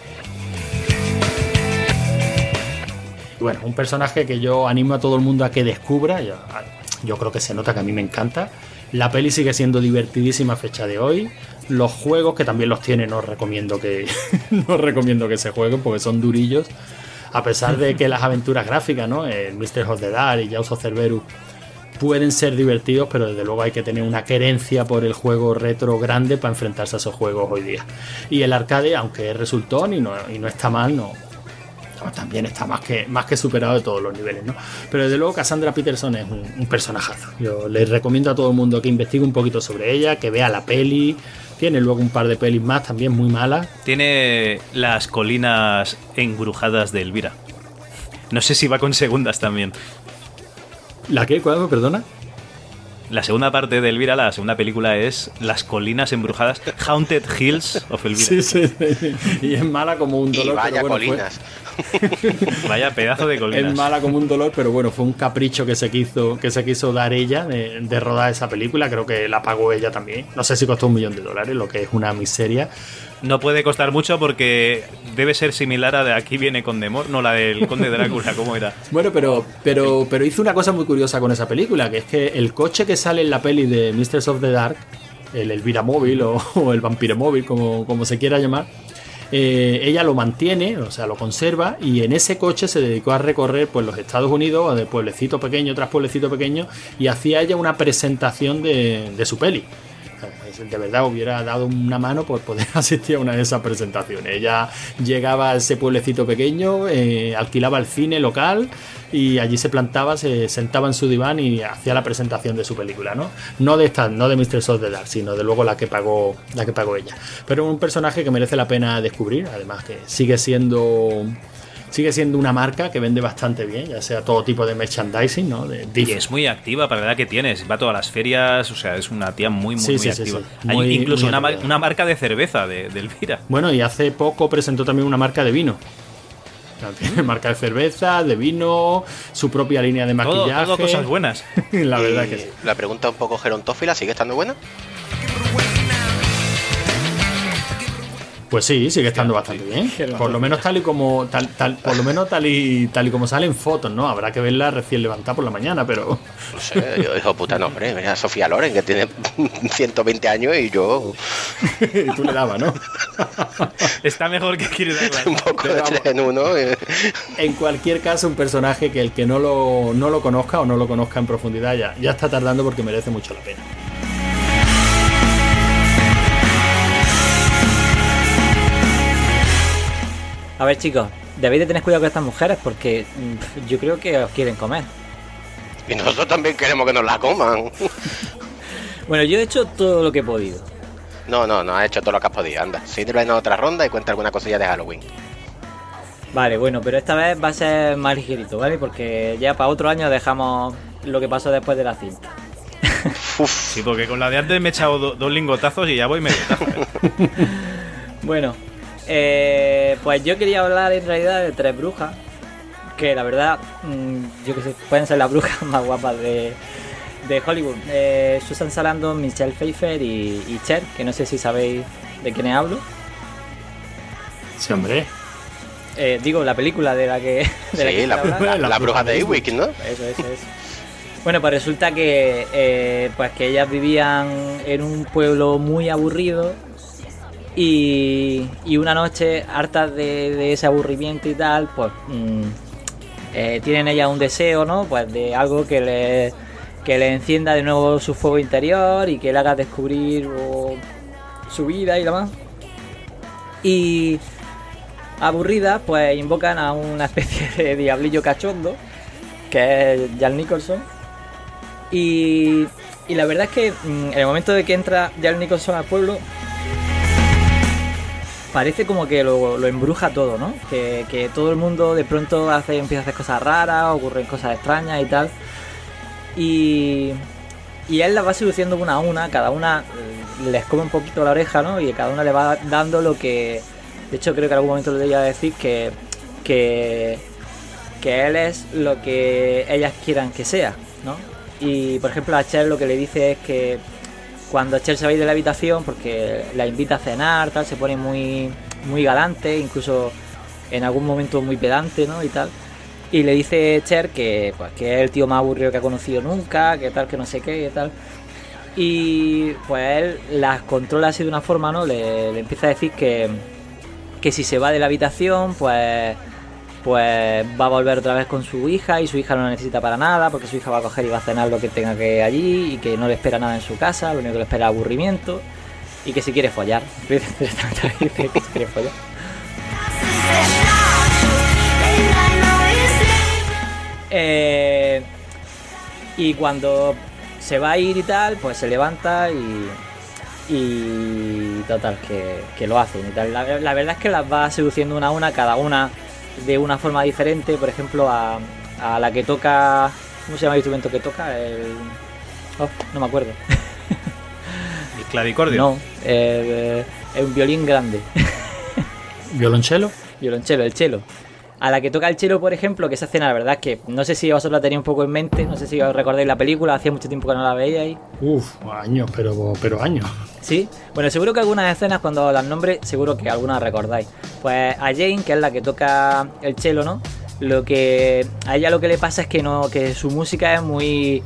Bueno, un personaje que yo animo a todo el mundo a que descubra. Yo creo que se nota que a mí me encanta. La peli sigue siendo divertidísima a fecha de hoy. Los juegos, que también los tiene, no recomiendo que se jueguen porque son durillos. A pesar de que las aventuras gráficas, ¿no? El Mistress of the Dark y Jaws of Cerberus pueden ser divertidos, pero desde luego hay que tener una querencia por el juego retro grande para enfrentarse a esos juegos hoy día. Y el arcade, aunque es resultón y no está mal, también está más que superado de todos los niveles, ¿no? Pero desde luego Cassandra Peterson es un personajazo. Yo les recomiendo a todo el mundo que investigue un poquito sobre ella, que vea la peli. Tiene luego un par de pelis más también muy malas. Tiene las colinas embrujadas de Elvira. No sé si va con segundas también. ¿La qué? ¿Cuál? ¿Perdona? La segunda parte de Elvira, la segunda película, es Las colinas embrujadas, Haunted Hills of Elvira. Sí. Y es mala como un dolor. Y vaya pero bueno, colinas. Vaya pedazo de colinas. Es mala como un dolor, pero bueno, fue un capricho que se quiso dar ella de rodar esa película. Creo que la pagó ella también. No sé si costó $1 millón, lo que es una miseria. No puede costar mucho porque debe ser similar a de Aquí viene Condemor, no la del Conde Drácula, ¿cómo era? Bueno, pero hizo una cosa muy curiosa con esa película, que es que el coche que sale en la peli de Mistress of the Dark, el Elvira Móvil o el Vampire Móvil, como se quiera llamar, ella lo mantiene, o sea, lo conserva, y en ese coche se dedicó a recorrer pues los Estados Unidos, de pueblecito pequeño tras pueblecito pequeño, y hacía ella una presentación de su peli. De verdad hubiera dado una mano por poder asistir a una de esas presentaciones. Ella llegaba a ese pueblecito pequeño, alquilaba el cine local y allí se plantaba, se sentaba en su diván y hacía la presentación de su película, ¿no? No de Mistress of the Dark, sino de luego la que pagó ella. Pero un personaje que merece la pena descubrir, además que sigue siendo sigue siendo una marca que vende bastante bien, ya sea todo tipo de merchandising, ¿no? Y es muy activa para la edad que tienes, va a todas las ferias, o sea, es una tía muy activa. Sí. Hay incluso muy activa. una marca de cerveza de Elvira. Bueno, y hace poco presentó también una marca de vino. O sea, tiene marca de cerveza, de vino, su propia línea de maquillaje. Todo cosas buenas. La verdad que sí. La pregunta un poco gerontófila, ¿sigue estando buena? Pues sí, sigue estando bastante bien. Por lo menos tal y como tal y como salen fotos, ¿no? Habrá que verla recién levantada por la mañana, pero No sé, yo hijo puta, no, hombre, mira Sofía Loren, que tiene 120 años y yo y tú le dabas, ¿no? Está mejor que quiere darla. un poco Pero de vamos. 3 en 1. En cualquier caso, un personaje que el que no lo conozca o no lo conozca en profundidad ya está tardando porque merece mucho la pena. A ver, chicos, debéis de tener cuidado con estas mujeres porque yo creo que os quieren comer. Y nosotros también queremos que nos la coman. Bueno, yo he hecho todo lo que he podido. No, has hecho todo lo que has podido, anda. Sírvenos en otra ronda y cuenta alguna cosilla de Halloween. Vale, bueno, pero esta vez va a ser más ligerito, ¿vale? Porque ya para otro año dejamos lo que pasó después de la cinta. Sí, porque con la de antes me he echado dos lingotazos y ya voy medio tazo. Bueno, pues yo quería hablar en realidad de 3 brujas. Que la verdad, yo que sé, pueden ser las brujas más guapas de Hollywood. Susan Sarandon, Michelle Pfeiffer y Cher, que no sé si sabéis de quiénes hablo. Sí, hombre. Digo, la película de la que... Sí, la bruja de Ewick, ¿no? Eso. Bueno, pues resulta que pues que ellas vivían en un pueblo muy aburrido y una noche, hartas de ese aburrimiento y tal, pues tienen ellas un deseo, ¿no? Pues de algo que le encienda de nuevo su fuego interior y que le haga descubrir su vida y demás. Y aburridas, pues invocan a una especie de diablillo cachondo, que es Jack Nicholson. Y la verdad es que en el momento de que entra Jack Nicholson al pueblo, parece como que lo embruja todo, ¿no? Que todo el mundo de pronto empieza a hacer cosas raras, ocurren cosas extrañas y tal. Y él las va seduciendo una a una, cada una les come un poquito la oreja, ¿no? Y cada una le va dando lo que... De hecho, creo que en algún momento le iba a decir que él es lo que ellas quieran que sea, ¿no? Y, por ejemplo, a Cher lo que le dice es que cuando Cher se va a ir de la habitación, porque la invita a cenar, tal, se pone muy, muy galante, incluso en algún momento muy pedante, ¿no? Y tal. Y le dice Cher que es el tío más aburrido que ha conocido nunca, que tal, que no sé qué, y tal. Y pues él las controla así de una forma, ¿no? Le empieza a decir que si se va de la habitación, pues va a volver otra vez con su hija y su hija no la necesita para nada porque su hija va a coger y va a cenar lo que tenga que allí y que no le espera nada en su casa, lo único que le espera es aburrimiento y que si quiere follar. Directamente le dice que si quiere follar. Y cuando se va a ir y tal, pues se levanta y total, que lo hacen y tal. La verdad es que las va seduciendo una a una, cada una de una forma diferente. Por ejemplo, a la que toca... ¿Cómo se llama el instrumento que toca? No me acuerdo. ¿El clavicordio? No, es un violín grande. ¿Violonchelo? Violonchelo, el chelo. A la que toca el chelo, por ejemplo, que esa escena, la verdad es que no sé si vosotros la tenéis un poco en mente, no sé si os recordáis la película, hacía mucho tiempo que no la veíais. Años, pero años. Sí, bueno, seguro que algunas escenas cuando las nombre, seguro que algunas recordáis. Pues a Jane, que es la que toca el chelo, ¿no? A ella lo que le pasa es que su música es muy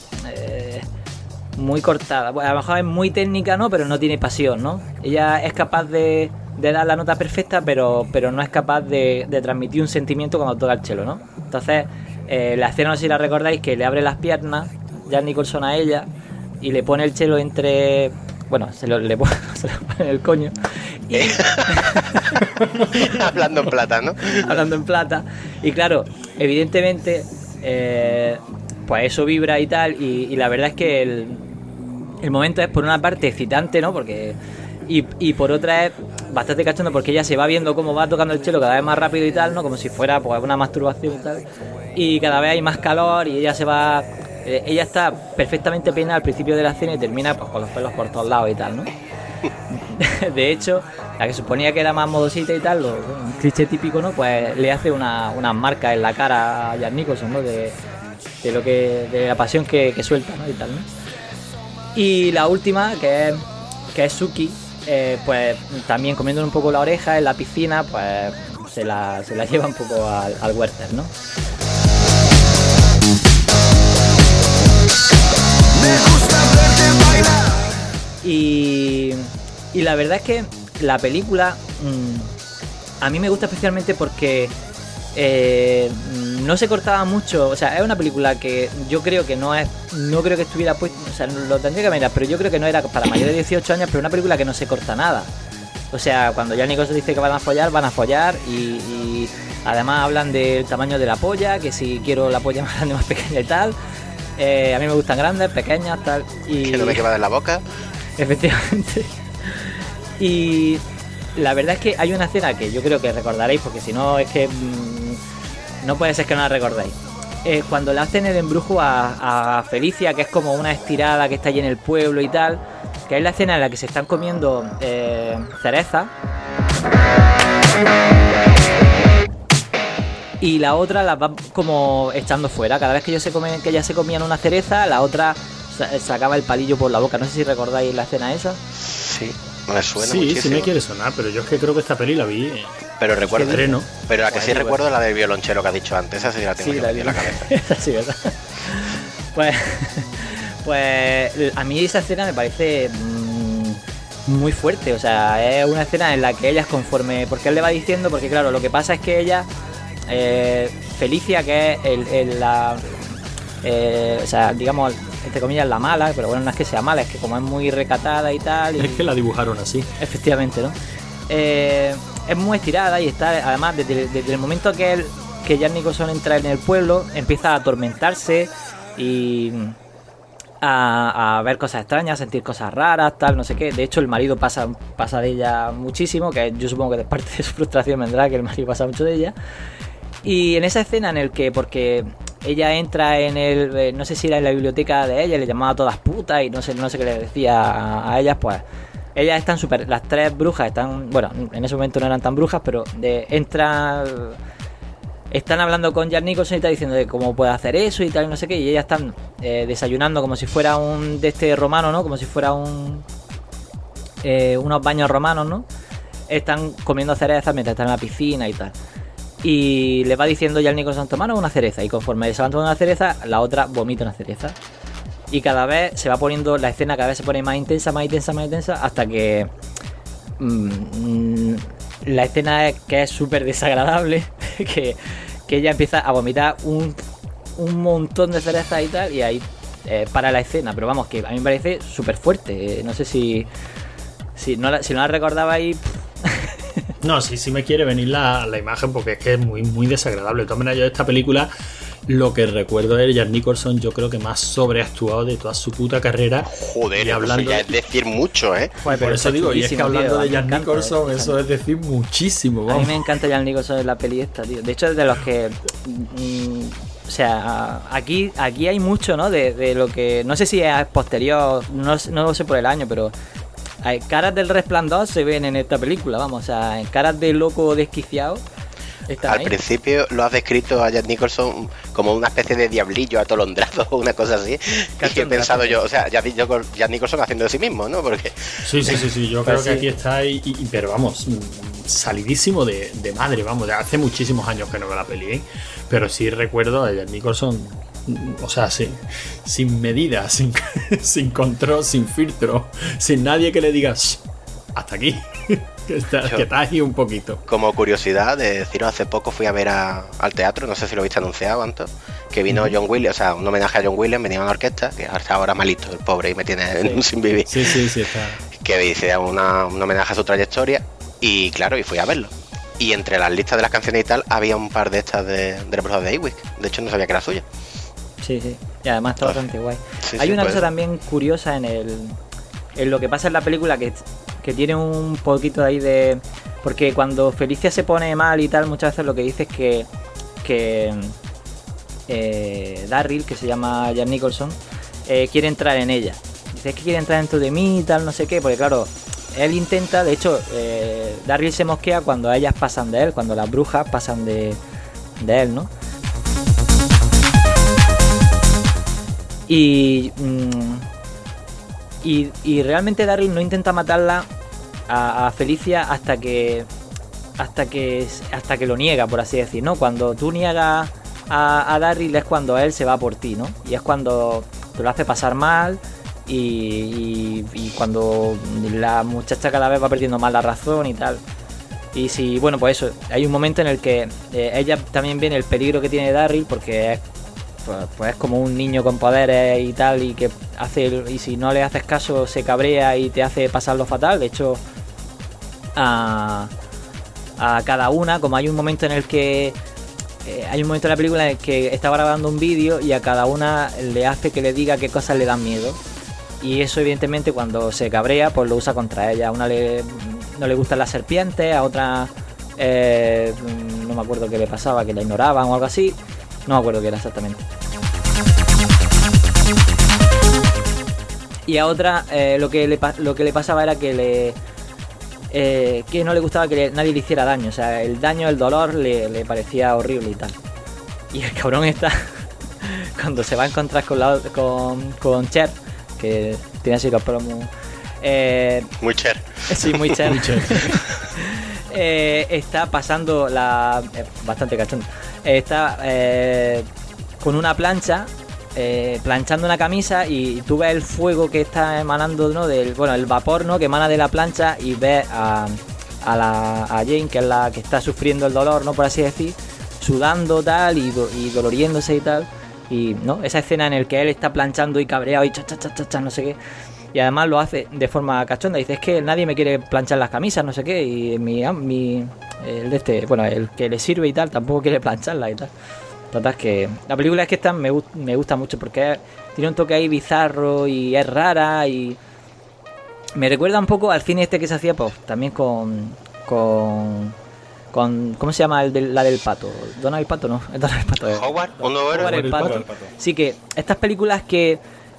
cortada. Bueno, a lo mejor es muy técnica, ¿no? Pero no tiene pasión, ¿no? Ella es capaz de dar la nota perfecta, pero no es capaz de transmitir un sentimiento cuando toca el chelo, ¿no? Entonces, la escena, no sé si la recordáis, que le abre las piernas Jack Nicholson a ella y le pone el chelo entre... Bueno, se lo pone en el coño. Y... Hablando en plata, ¿no? Hablando en plata. Y claro, evidentemente, pues eso vibra y tal. Y la verdad es que el momento es por una parte excitante, ¿no? Porque... Y por otra es bastante cachondo porque ella se va viendo cómo va tocando el cello cada vez más rápido y tal, ¿no? Como si fuera pues una masturbación y tal. Y cada vez hay más calor y ella se va... ella está perfectamente peinada al principio de la escena y termina pues con los pelos por todos lados y tal, ¿no? De hecho, la que suponía que era más modosita y tal, un cliché típico, ¿no? Pues le hace unas marcas en la cara a Jack Nicholson, ¿no? De la pasión que suelta, ¿no? Y tal, ¿no? Y la última, que es Suki, pues también comiéndole un poco la oreja en la piscina, pues se la lleva un poco al western, ¿no? Me gusta verte bailar. Y la verdad es que la película a mí me gusta especialmente porque no se cortaba mucho. O sea, es una película que yo creo que no creo que estuviera puesto, o sea, lo tendría que mirar, pero yo creo que no era para mayores de 18 años, pero una película que no se corta nada. O sea, cuando ya Nicholson dice que van a follar y además hablan del tamaño de la polla, que si quiero la polla más grande, más pequeña y tal. A mí me gustan grandes, pequeñas, tal. Y que no me quema de la boca. Efectivamente. Y la verdad es que hay una escena que yo creo que recordaréis, porque si no es que no puede ser que no la recordéis. Cuando le hacen el embrujo a Felicia, que es como una estirada que está allí en el pueblo y tal, que es la escena en la que se están comiendo cereza. Y la otra la va como echando fuera. Cada vez que ellas se comían una cereza, la otra sacaba el palillo por la boca. No sé si recordáis la escena esa. Sí, me suena sí, muchísimo. Sí me quiere sonar, pero yo es que creo que esta peli la vi. Pero recuerdo. Estreno. Pero la que sí recuerdo es la del violonchelo que has dicho antes. Esa sí la tengo yo en la cabeza. Esa sí, ¿verdad? Pues a mí esa escena me parece muy fuerte. O sea, es una escena en la que ellas conforme... Porque él le va diciendo... Porque claro, lo que pasa es que ella... Felicia, que es o sea, digamos, entre comillas, la mala, pero bueno, no es que sea mala, es que como es muy recatada y tal. Es que la dibujaron así. Efectivamente, ¿no? Es muy estirada y está, además, desde el momento que Jack Nicholson entra en el pueblo, empieza a atormentarse y a ver cosas extrañas, a sentir cosas raras, tal, no sé qué. De hecho, el marido pasa de ella muchísimo, que yo supongo que de parte de su frustración vendrá que el marido pasa mucho de ella. Y en esa escena en el que, porque ella entra en el, no sé si era en la biblioteca de ella, le llamaba a todas putas y no sé qué le decía a ellas, pues ellas están súper, las tres brujas están, bueno, en ese momento no eran tan brujas, pero están hablando con Jack Nicholson y está diciendo de cómo puede hacer eso y tal y no sé qué, y ellas están desayunando como si fuera un de este romano, ¿no? Como si fuera unos baños romanos, ¿no? Están comiendo cerezas mientras están en la piscina y tal. Y le va diciendo Jack Nicholson, tomaron una cereza. Y conforme se van tomando una cereza, la otra vomita una cereza. Y cada vez se va poniendo, la escena cada vez se pone más intensa, hasta que la escena es que es súper desagradable, que ella empieza a vomitar un montón de cerezas y tal, y ahí para la escena. Pero vamos, que a mí me parece súper fuerte. No sé si no la recordabais. No, sí me quiere venir la imagen porque es que es muy, muy desagradable. De todas maneras, yo de esta película lo que recuerdo es Jack Nicholson, yo creo que más sobreactuado de toda su puta carrera. Joder, eso ya es decir mucho, ¿eh? Joder, por eso digo, y es que hablando de Jack Nicholson, eso es decir muchísimo. Vamos. A mí me encanta Jack Nicholson en la peli esta, tío. De hecho, es de los que... o sea, aquí hay mucho, ¿no? De lo que... No sé si es posterior, no lo sé por el año, pero... Hay caras del Resplandor se ven en esta película, vamos, o sea, caras de loco desquiciado. Al principio lo has descrito a Jack Nicholson como una especie de diablillo atolondrado o una cosa así. Y he pensado yo, o sea, Jack Nicholson haciendo de sí mismo, ¿no? Porque... Sí, yo creo que aquí está pero vamos, salidísimo de madre, vamos, hace muchísimos años que no veo la peli, ¿eh? Pero sí recuerdo a Jack Nicholson, o sea, sin medida, sin control, sin filtro, sin nadie que le diga hasta aquí. Que está ahí un poquito. Como curiosidad de deciros, hace poco fui a ver al teatro, no sé si lo viste anunciado antes, que vino John Williams, o sea, un homenaje a John Williams, venía una orquesta, que hasta ahora malito, el pobre, y me tiene en un sin vivir. Sí, está. Que hice un homenaje a su trayectoria, y claro, y fui a verlo. Y entre las listas de las canciones y tal, había un par de estas de reportajes de Ewick. De hecho, no sabía que era suya. Sí, y además está bastante guay. Hay una cosa también curiosa en lo que pasa en la película, que que tiene un poquito de ahí de... Porque cuando Felicia se pone mal y tal, muchas veces lo que dice es que Darryl, que se llama Jack Nicholson, quiere entrar en ella. Dice, es que quiere entrar dentro de mí y tal, no sé qué, porque claro, él intenta, de hecho, Darryl se mosquea cuando ellas pasan de él, cuando las brujas pasan de él, ¿no? Y realmente Darryl no intenta matarla a Felicia hasta que lo niega, por así decir, ¿no? Cuando tú niegas a Darryl es cuando él se va por ti, ¿no? Y es cuando te lo hace pasar mal y cuando la muchacha cada vez va perdiendo más la razón y tal. Y si, bueno, pues eso, hay un momento en el que ella también ve el peligro que tiene Darryl, porque pues es como un niño con poderes y tal, y que y si no le haces caso se cabrea y te hace pasarlo fatal. De hecho, a cada una, como hay un momento en el que hay un momento en la película en el que está grabando un vídeo y a cada una le hace que le diga qué cosas le dan miedo, y eso evidentemente cuando se cabrea pues lo usa contra ella. A una no le gustan las serpientes, a otra no me acuerdo qué le pasaba, que la ignoraban o algo así, no me acuerdo qué era exactamente. Y a otra lo que le pasaba era que no le gustaba que nadie le hiciera daño. O sea, el daño, el dolor le parecía horrible y tal. Y el cabrón está cuando se va a encontrar con Cher, que tiene así los pelos muy Cher. Sí, muy Cher. Está pasando bastante cachondo. Está con una plancha, planchando una camisa, y tú ves el fuego que está emanando, ¿no? El vapor, ¿no? Que emana de la plancha, y ves a Jane, que es la que está sufriendo el dolor, ¿no? Por así decir, sudando tal y doloriéndose y tal. Y no, esa escena en el que él está planchando y cabreado y cha, no sé qué. Y además lo hace de forma cachonda. Dice, es que nadie me quiere planchar las camisas, no sé qué. Y el que le sirve y tal, tampoco quiere plancharlas y tal. Total, que la película es que me gusta mucho porque tiene un toque ahí bizarro y es rara, y me recuerda un poco al cine este que se hacía pues también con ¿cómo se llama la del pato? Donald el pato, no, es Donald el pato. Howard, Howard el pato. Sí, que estas películas que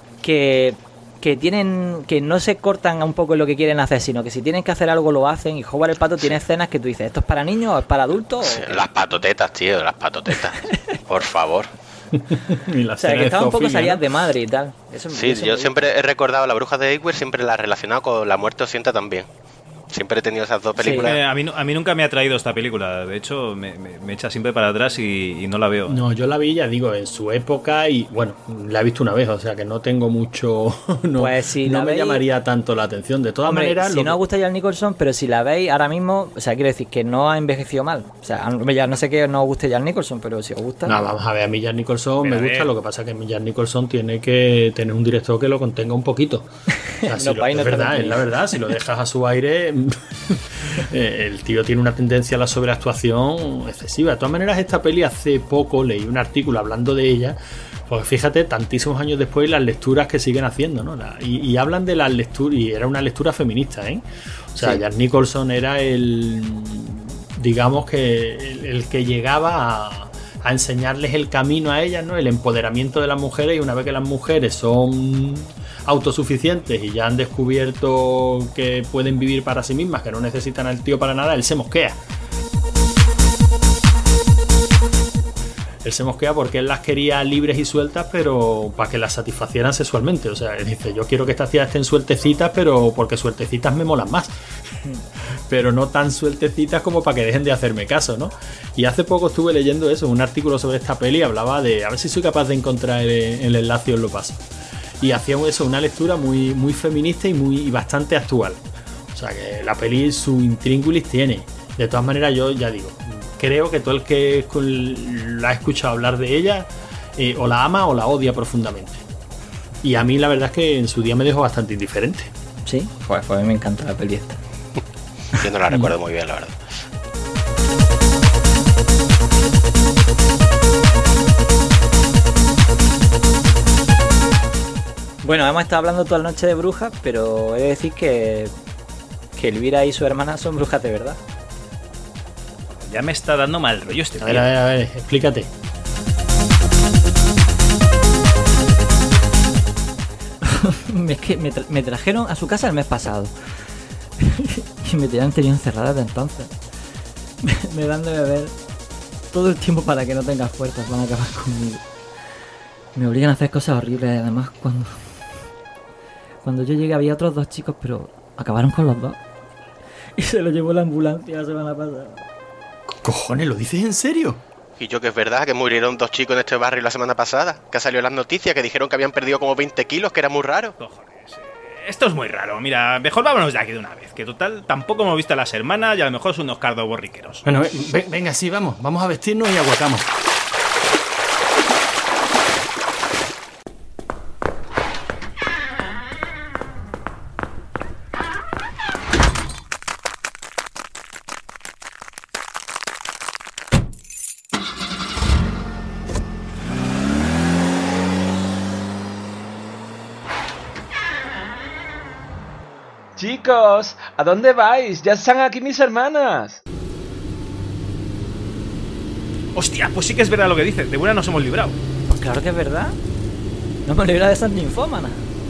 tienen, que no se cortan un poco en lo que quieren hacer, sino que si tienen que hacer algo lo hacen. Y Howard el pato tiene escenas que tú dices, ¿esto es para niños o es para adultos? Sí, las patotetas, tío, las patotetas. Por favor. O sea, que estaban un poco salidas de madre y tal. Eso yo siempre he recordado a La Bruja de Highway, siempre la he relacionado con La Muerte Osienta también. Siempre he tenido esas dos películas. Sí. A mí nunca me ha traído esta película. De hecho, me echa siempre para atrás y no la veo. No, yo la vi, ya digo, en su época, y bueno, la he visto una vez, o sea que no tengo mucho... Pues si no la me veis, llamaría tanto la atención. De todas maneras... Si no os gusta Jack Nicholson, pero si la veis ahora mismo, o sea, quiero decir que no ha envejecido mal. O sea, ya no sé que no os guste Jack Nicholson, pero si os gusta... No, vamos a ver, a mí Jack Nicholson me gusta, lo que pasa es que Jack Nicholson tiene que tener un director que lo contenga un poquito. O sea, es la verdad, si lo dejas a su aire... El tío tiene una tendencia a la sobreactuación excesiva. De todas maneras, esta peli hace poco leí un artículo hablando de ella, porque fíjate, tantísimos años después las lecturas que siguen haciendo, ¿no? Y hablan de las lecturas, y era una lectura feminista, ¿eh? O sea, sí. Jack Nicholson era digamos que el que llegaba a enseñarles el camino a ellas, ¿no? El empoderamiento de las mujeres, y una vez que las mujeres son autosuficientes y ya han descubierto que pueden vivir para sí mismas, que no necesitan al tío para nada, él se mosquea. Él se mosquea porque él las quería libres y sueltas, pero para que las satisfacieran sexualmente. O sea, él dice, yo quiero que estas tías estén sueltecitas, pero porque sueltecitas me molan más. Pero no tan sueltecitas como para que dejen de hacerme caso, ¿no? Y hace poco estuve leyendo eso, un artículo sobre esta peli, hablaba de, a ver si soy capaz de encontrar el enlace y os lo paso. Y hacíamos eso, una lectura muy, muy feminista y bastante actual. O sea que la peli su intríngulis tiene. De todas maneras, yo ya digo, creo que todo el que la ha escuchado hablar de ella o la ama o la odia profundamente. Y a mí la verdad es que en su día me dejó bastante indiferente. Sí, pues a mí me encanta la peli esta. Yo no la recuerdo muy bien, la verdad. Bueno, hemos estado hablando toda la noche de brujas, pero he de decir que que Elvira y su hermana son brujas de verdad. Ya me está dando mal rollo este tío. A ver, explícate. Es que me trajeron a su casa el mes pasado. Y me tenían tenido encerrada desde entonces. Me dan de beber todo el tiempo para que no tenga fuerzas, van a acabar conmigo. Me obligan a hacer cosas horribles. Además, cuando yo llegué había otros 2 chicos, pero acabaron con los 2. Y se lo llevó la ambulancia la semana pasada. Cojones, ¿lo dices en serio? Y yo que es verdad que murieron 2 chicos en este barrio la semana pasada, que ha salido en las noticias, que dijeron que habían perdido como 20 kilos, que era muy raro. Cojones, esto es muy raro. Mira, mejor vámonos de aquí de una vez, que total tampoco hemos visto a las hermanas y a lo mejor son unos cardos borriqueros. Bueno, venga, sí, vamos a vestirnos y aguacamos. Chicos, ¿a dónde vais? Ya están aquí mis hermanas. Hostia, pues sí que es verdad lo que dices. De buena nos hemos librado. Pues claro que es verdad. No me libra de esas ninfómanas.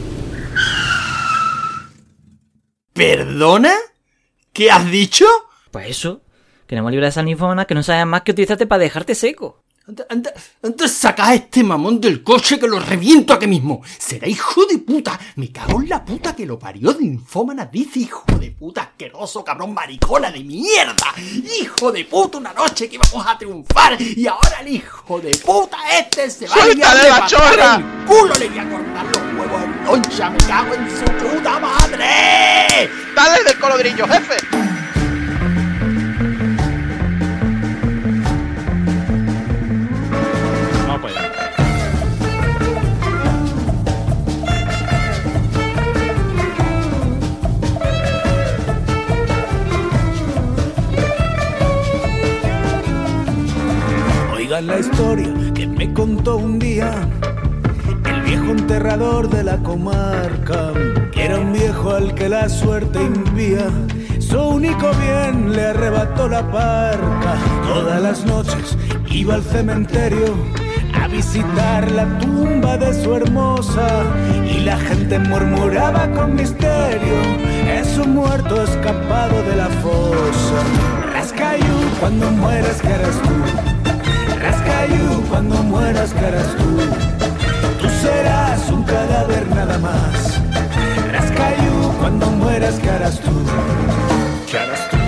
¿Perdona? ¿Qué has dicho? Pues eso, que no me libra de esas ninfómanas que no saben más que utilizarte para dejarte seco. Anda, sacad a este mamón del coche que lo reviento aquí mismo. Será hijo de puta. Me cago en la puta que lo parió de infómana. Dice hijo de puta, asqueroso, cabrón, maricona de mierda. Hijo de puta, una noche que íbamos a triunfar. Y ahora el hijo de puta este se va a liar de la chorra! El culo le voy a cortar los huevos en loncha. Me cago en su puta madre. ¡Dale del colodrillo, jefe! No puede. Oigan la historia que me contó un día el viejo enterrador de la comarca, que era un viejo al que la suerte impía su único bien le arrebató la parca. Todas las noches iba al cementerio a visitar la tumba de su hermosa y la gente murmuraba con misterio: es un muerto escapado de la fosa. Rascayú, cuando mueras que eres tú. Rascayú, cuando mueras que eres tú. Tú serás un cadáver nada más. Rascayú, cuando mueras que harás tú. ¿Qué harás tú?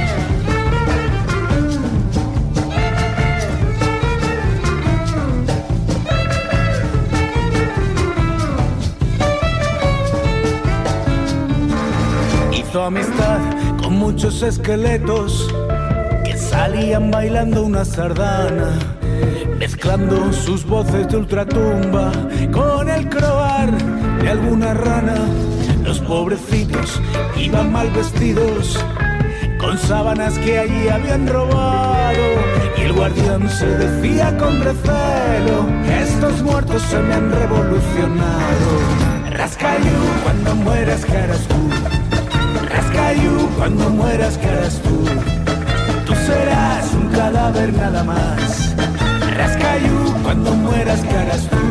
Hizo amistad con muchos esqueletos que salían bailando una sardana, mezclando sus voces de ultratumba con el croar de alguna rana. Los pobrecitos iban mal vestidos, con sábanas que allí habían robado, y el guardián se decía con recelo: estos muertos se me han revolucionado. Rascayú, cuando mueras, ¿qué harás tú? Rascayú, cuando mueras, ¿qué harás tú? Tú serás un cadáver nada más. Rascayú, cuando mueras, ¿qué harás tú?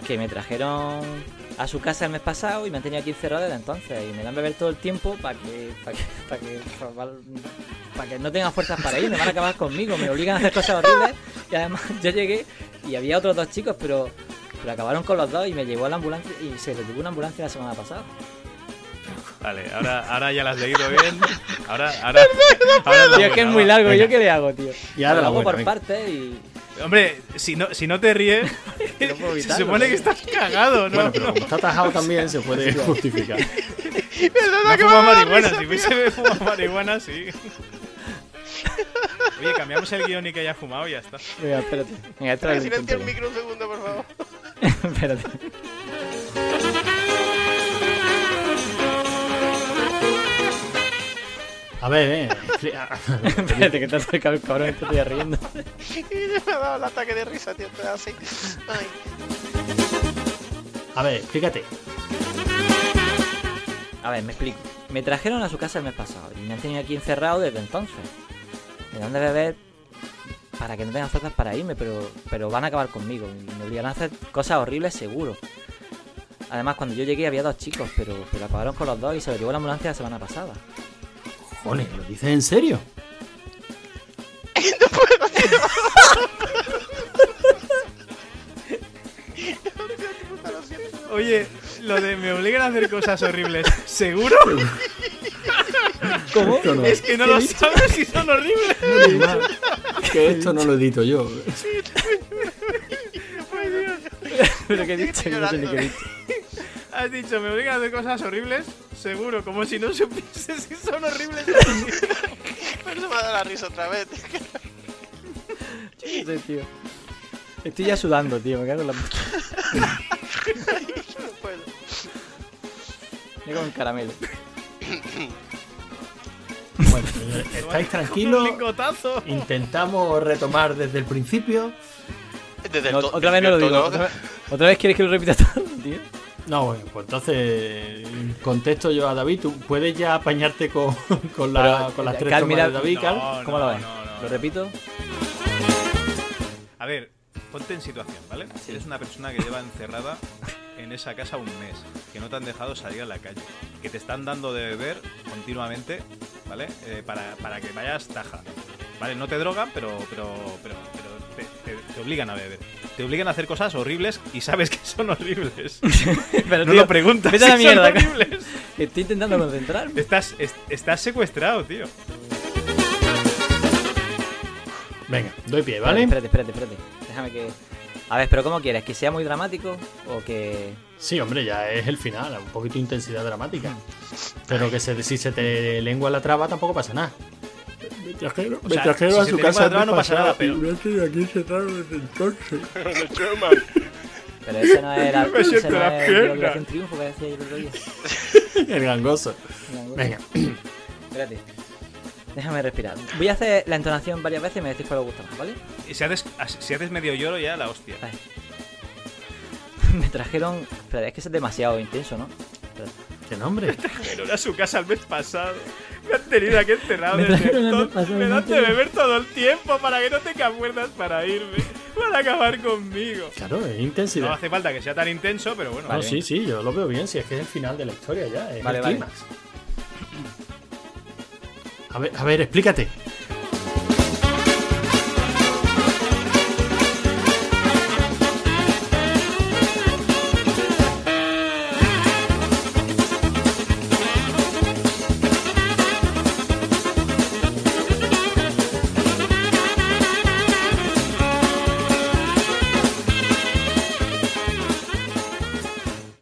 que me trajeron a su casa el mes pasado y me han tenido aquí encerrado desde entonces. Y me dan beber todo el tiempo para que no tengan fuerzas para ir. Me van a acabar conmigo, me obligan a hacer cosas horribles. Y además yo llegué y había otros 2 chicos, pero acabaron con los 2 y me llevó a la ambulancia y se le llevó una ambulancia la semana pasada. Vale, ahora ya la has leído bien. Ahora Tío, es que es muy largo. Venga. ¿Yo qué le hago, tío? Y ahora lo la hago buena, por venga. partes y... Hombre, si no te ríes, no puedo se evitarlo, supone ¿no? que estás cagado, ¿no? Bueno, pero como está atajado también se puede justificar. No he fumado marihuana, si hubiese fumado marihuana, sí. Oye, cambiamos el guión y que haya fumado y ya está. Venga, espérate. Venga, esto es el Silencia el intento. micro un segundo, por favor. Espérate. A ver, Espérate, que te acerca el cabrón, te estoy riendo. Y me ha dado el ataque de risa, tío. Esto es así. Ay. a ver, explícate. A ver, me explico. Me trajeron a su casa el mes pasado y me han tenido aquí encerrado desde entonces. Me dan de beber para que no tengan fuerzas para irme, pero van a acabar conmigo y me obligarán a hacer cosas horribles seguro. Además, cuando yo llegué había 2 chicos, pero acabaron con los 2 y se los llevó la ambulancia la semana pasada. Joder, ¿lo dices en serio? Oye, lo de me obligan a hacer cosas horribles, ¿seguro? ¿Cómo? Esto no. Es que no lo sabes si son horribles. Que esto no lo edito yo. ¿Pero qué he dicho? Que no sé ni qué he dicho. Has dicho, me obligan a hacer cosas horribles, seguro, como si no supiese si son horribles. Pero se me ha dado la risa otra vez. No sé, tío. Estoy ya sudando, tío. Me cago en la puta. No puedo. Me cago en caramelo. Bueno, estáis Un tranquilos. lingotazo. Intentamos retomar desde el principio. Desde el No, to- otra vez no lo desde el digo. tono- ¿Otra vez quieres que lo repita todo, tío? No, bueno, pues entonces contesto yo a David. Tú puedes ya apañarte con Pero, las 3 Cal, tomas mira- de David, Cal. ¿Cómo lo ves? no, ¿Lo repito? A ver, ponte en situación, ¿vale? Sí. Eres una persona que lleva encerrada en esa casa un mes, que no te han dejado salir a la calle, que te están dando de beber continuamente, ¿vale? Para que vayas taja, ¿vale? No te drogan, pero te obligan a beber. Te obligan a hacer cosas horribles y sabes que son horribles. Pero, No tío, lo preguntas. vete a la si son mierda. horribles. Estoy intentando concentrarme. Estás secuestrado, tío. Venga, doy pie, ¿vale? Espérate. Déjame que... A ver, pero ¿cómo quieres? ¿Que sea muy dramático o que...? Sí, hombre, ya es el final, un poquito de intensidad dramática. Pero que si se te lengua la traba tampoco pasa nada. Me trajeron, O sea, si se te lengua la traba no pasa nada, pero- y me han tenido aquí encerrado desde entonces. Pero ese no era... Me ese siento no la es pierna. Operación Triunfo que decía yo el otro día. El gangoso. Venga. Espérate. Déjame respirar. Voy a hacer la entonación varias veces y me decís cuál os gusta más, ¿vale? Y si haces medio lloro ya, la hostia. Vale. Me trajeron... Espera, es que eso es demasiado intenso, ¿no? Espera. ¿Qué nombre? Pero a su casa el mes pasado. Me han tenido aquí encerrado Me desde trajeron el mes entonces. pasado, Me no dan de tenía- beber todo el tiempo para que no tenga fuerzas para irme. Para acabar conmigo. Claro, es No intensidad. hace falta que sea tan intenso, pero bueno. No, Vale. sí, yo lo veo bien, si es que es el final de la historia ya, es Vale, el vale. clímax. A ver, explícate.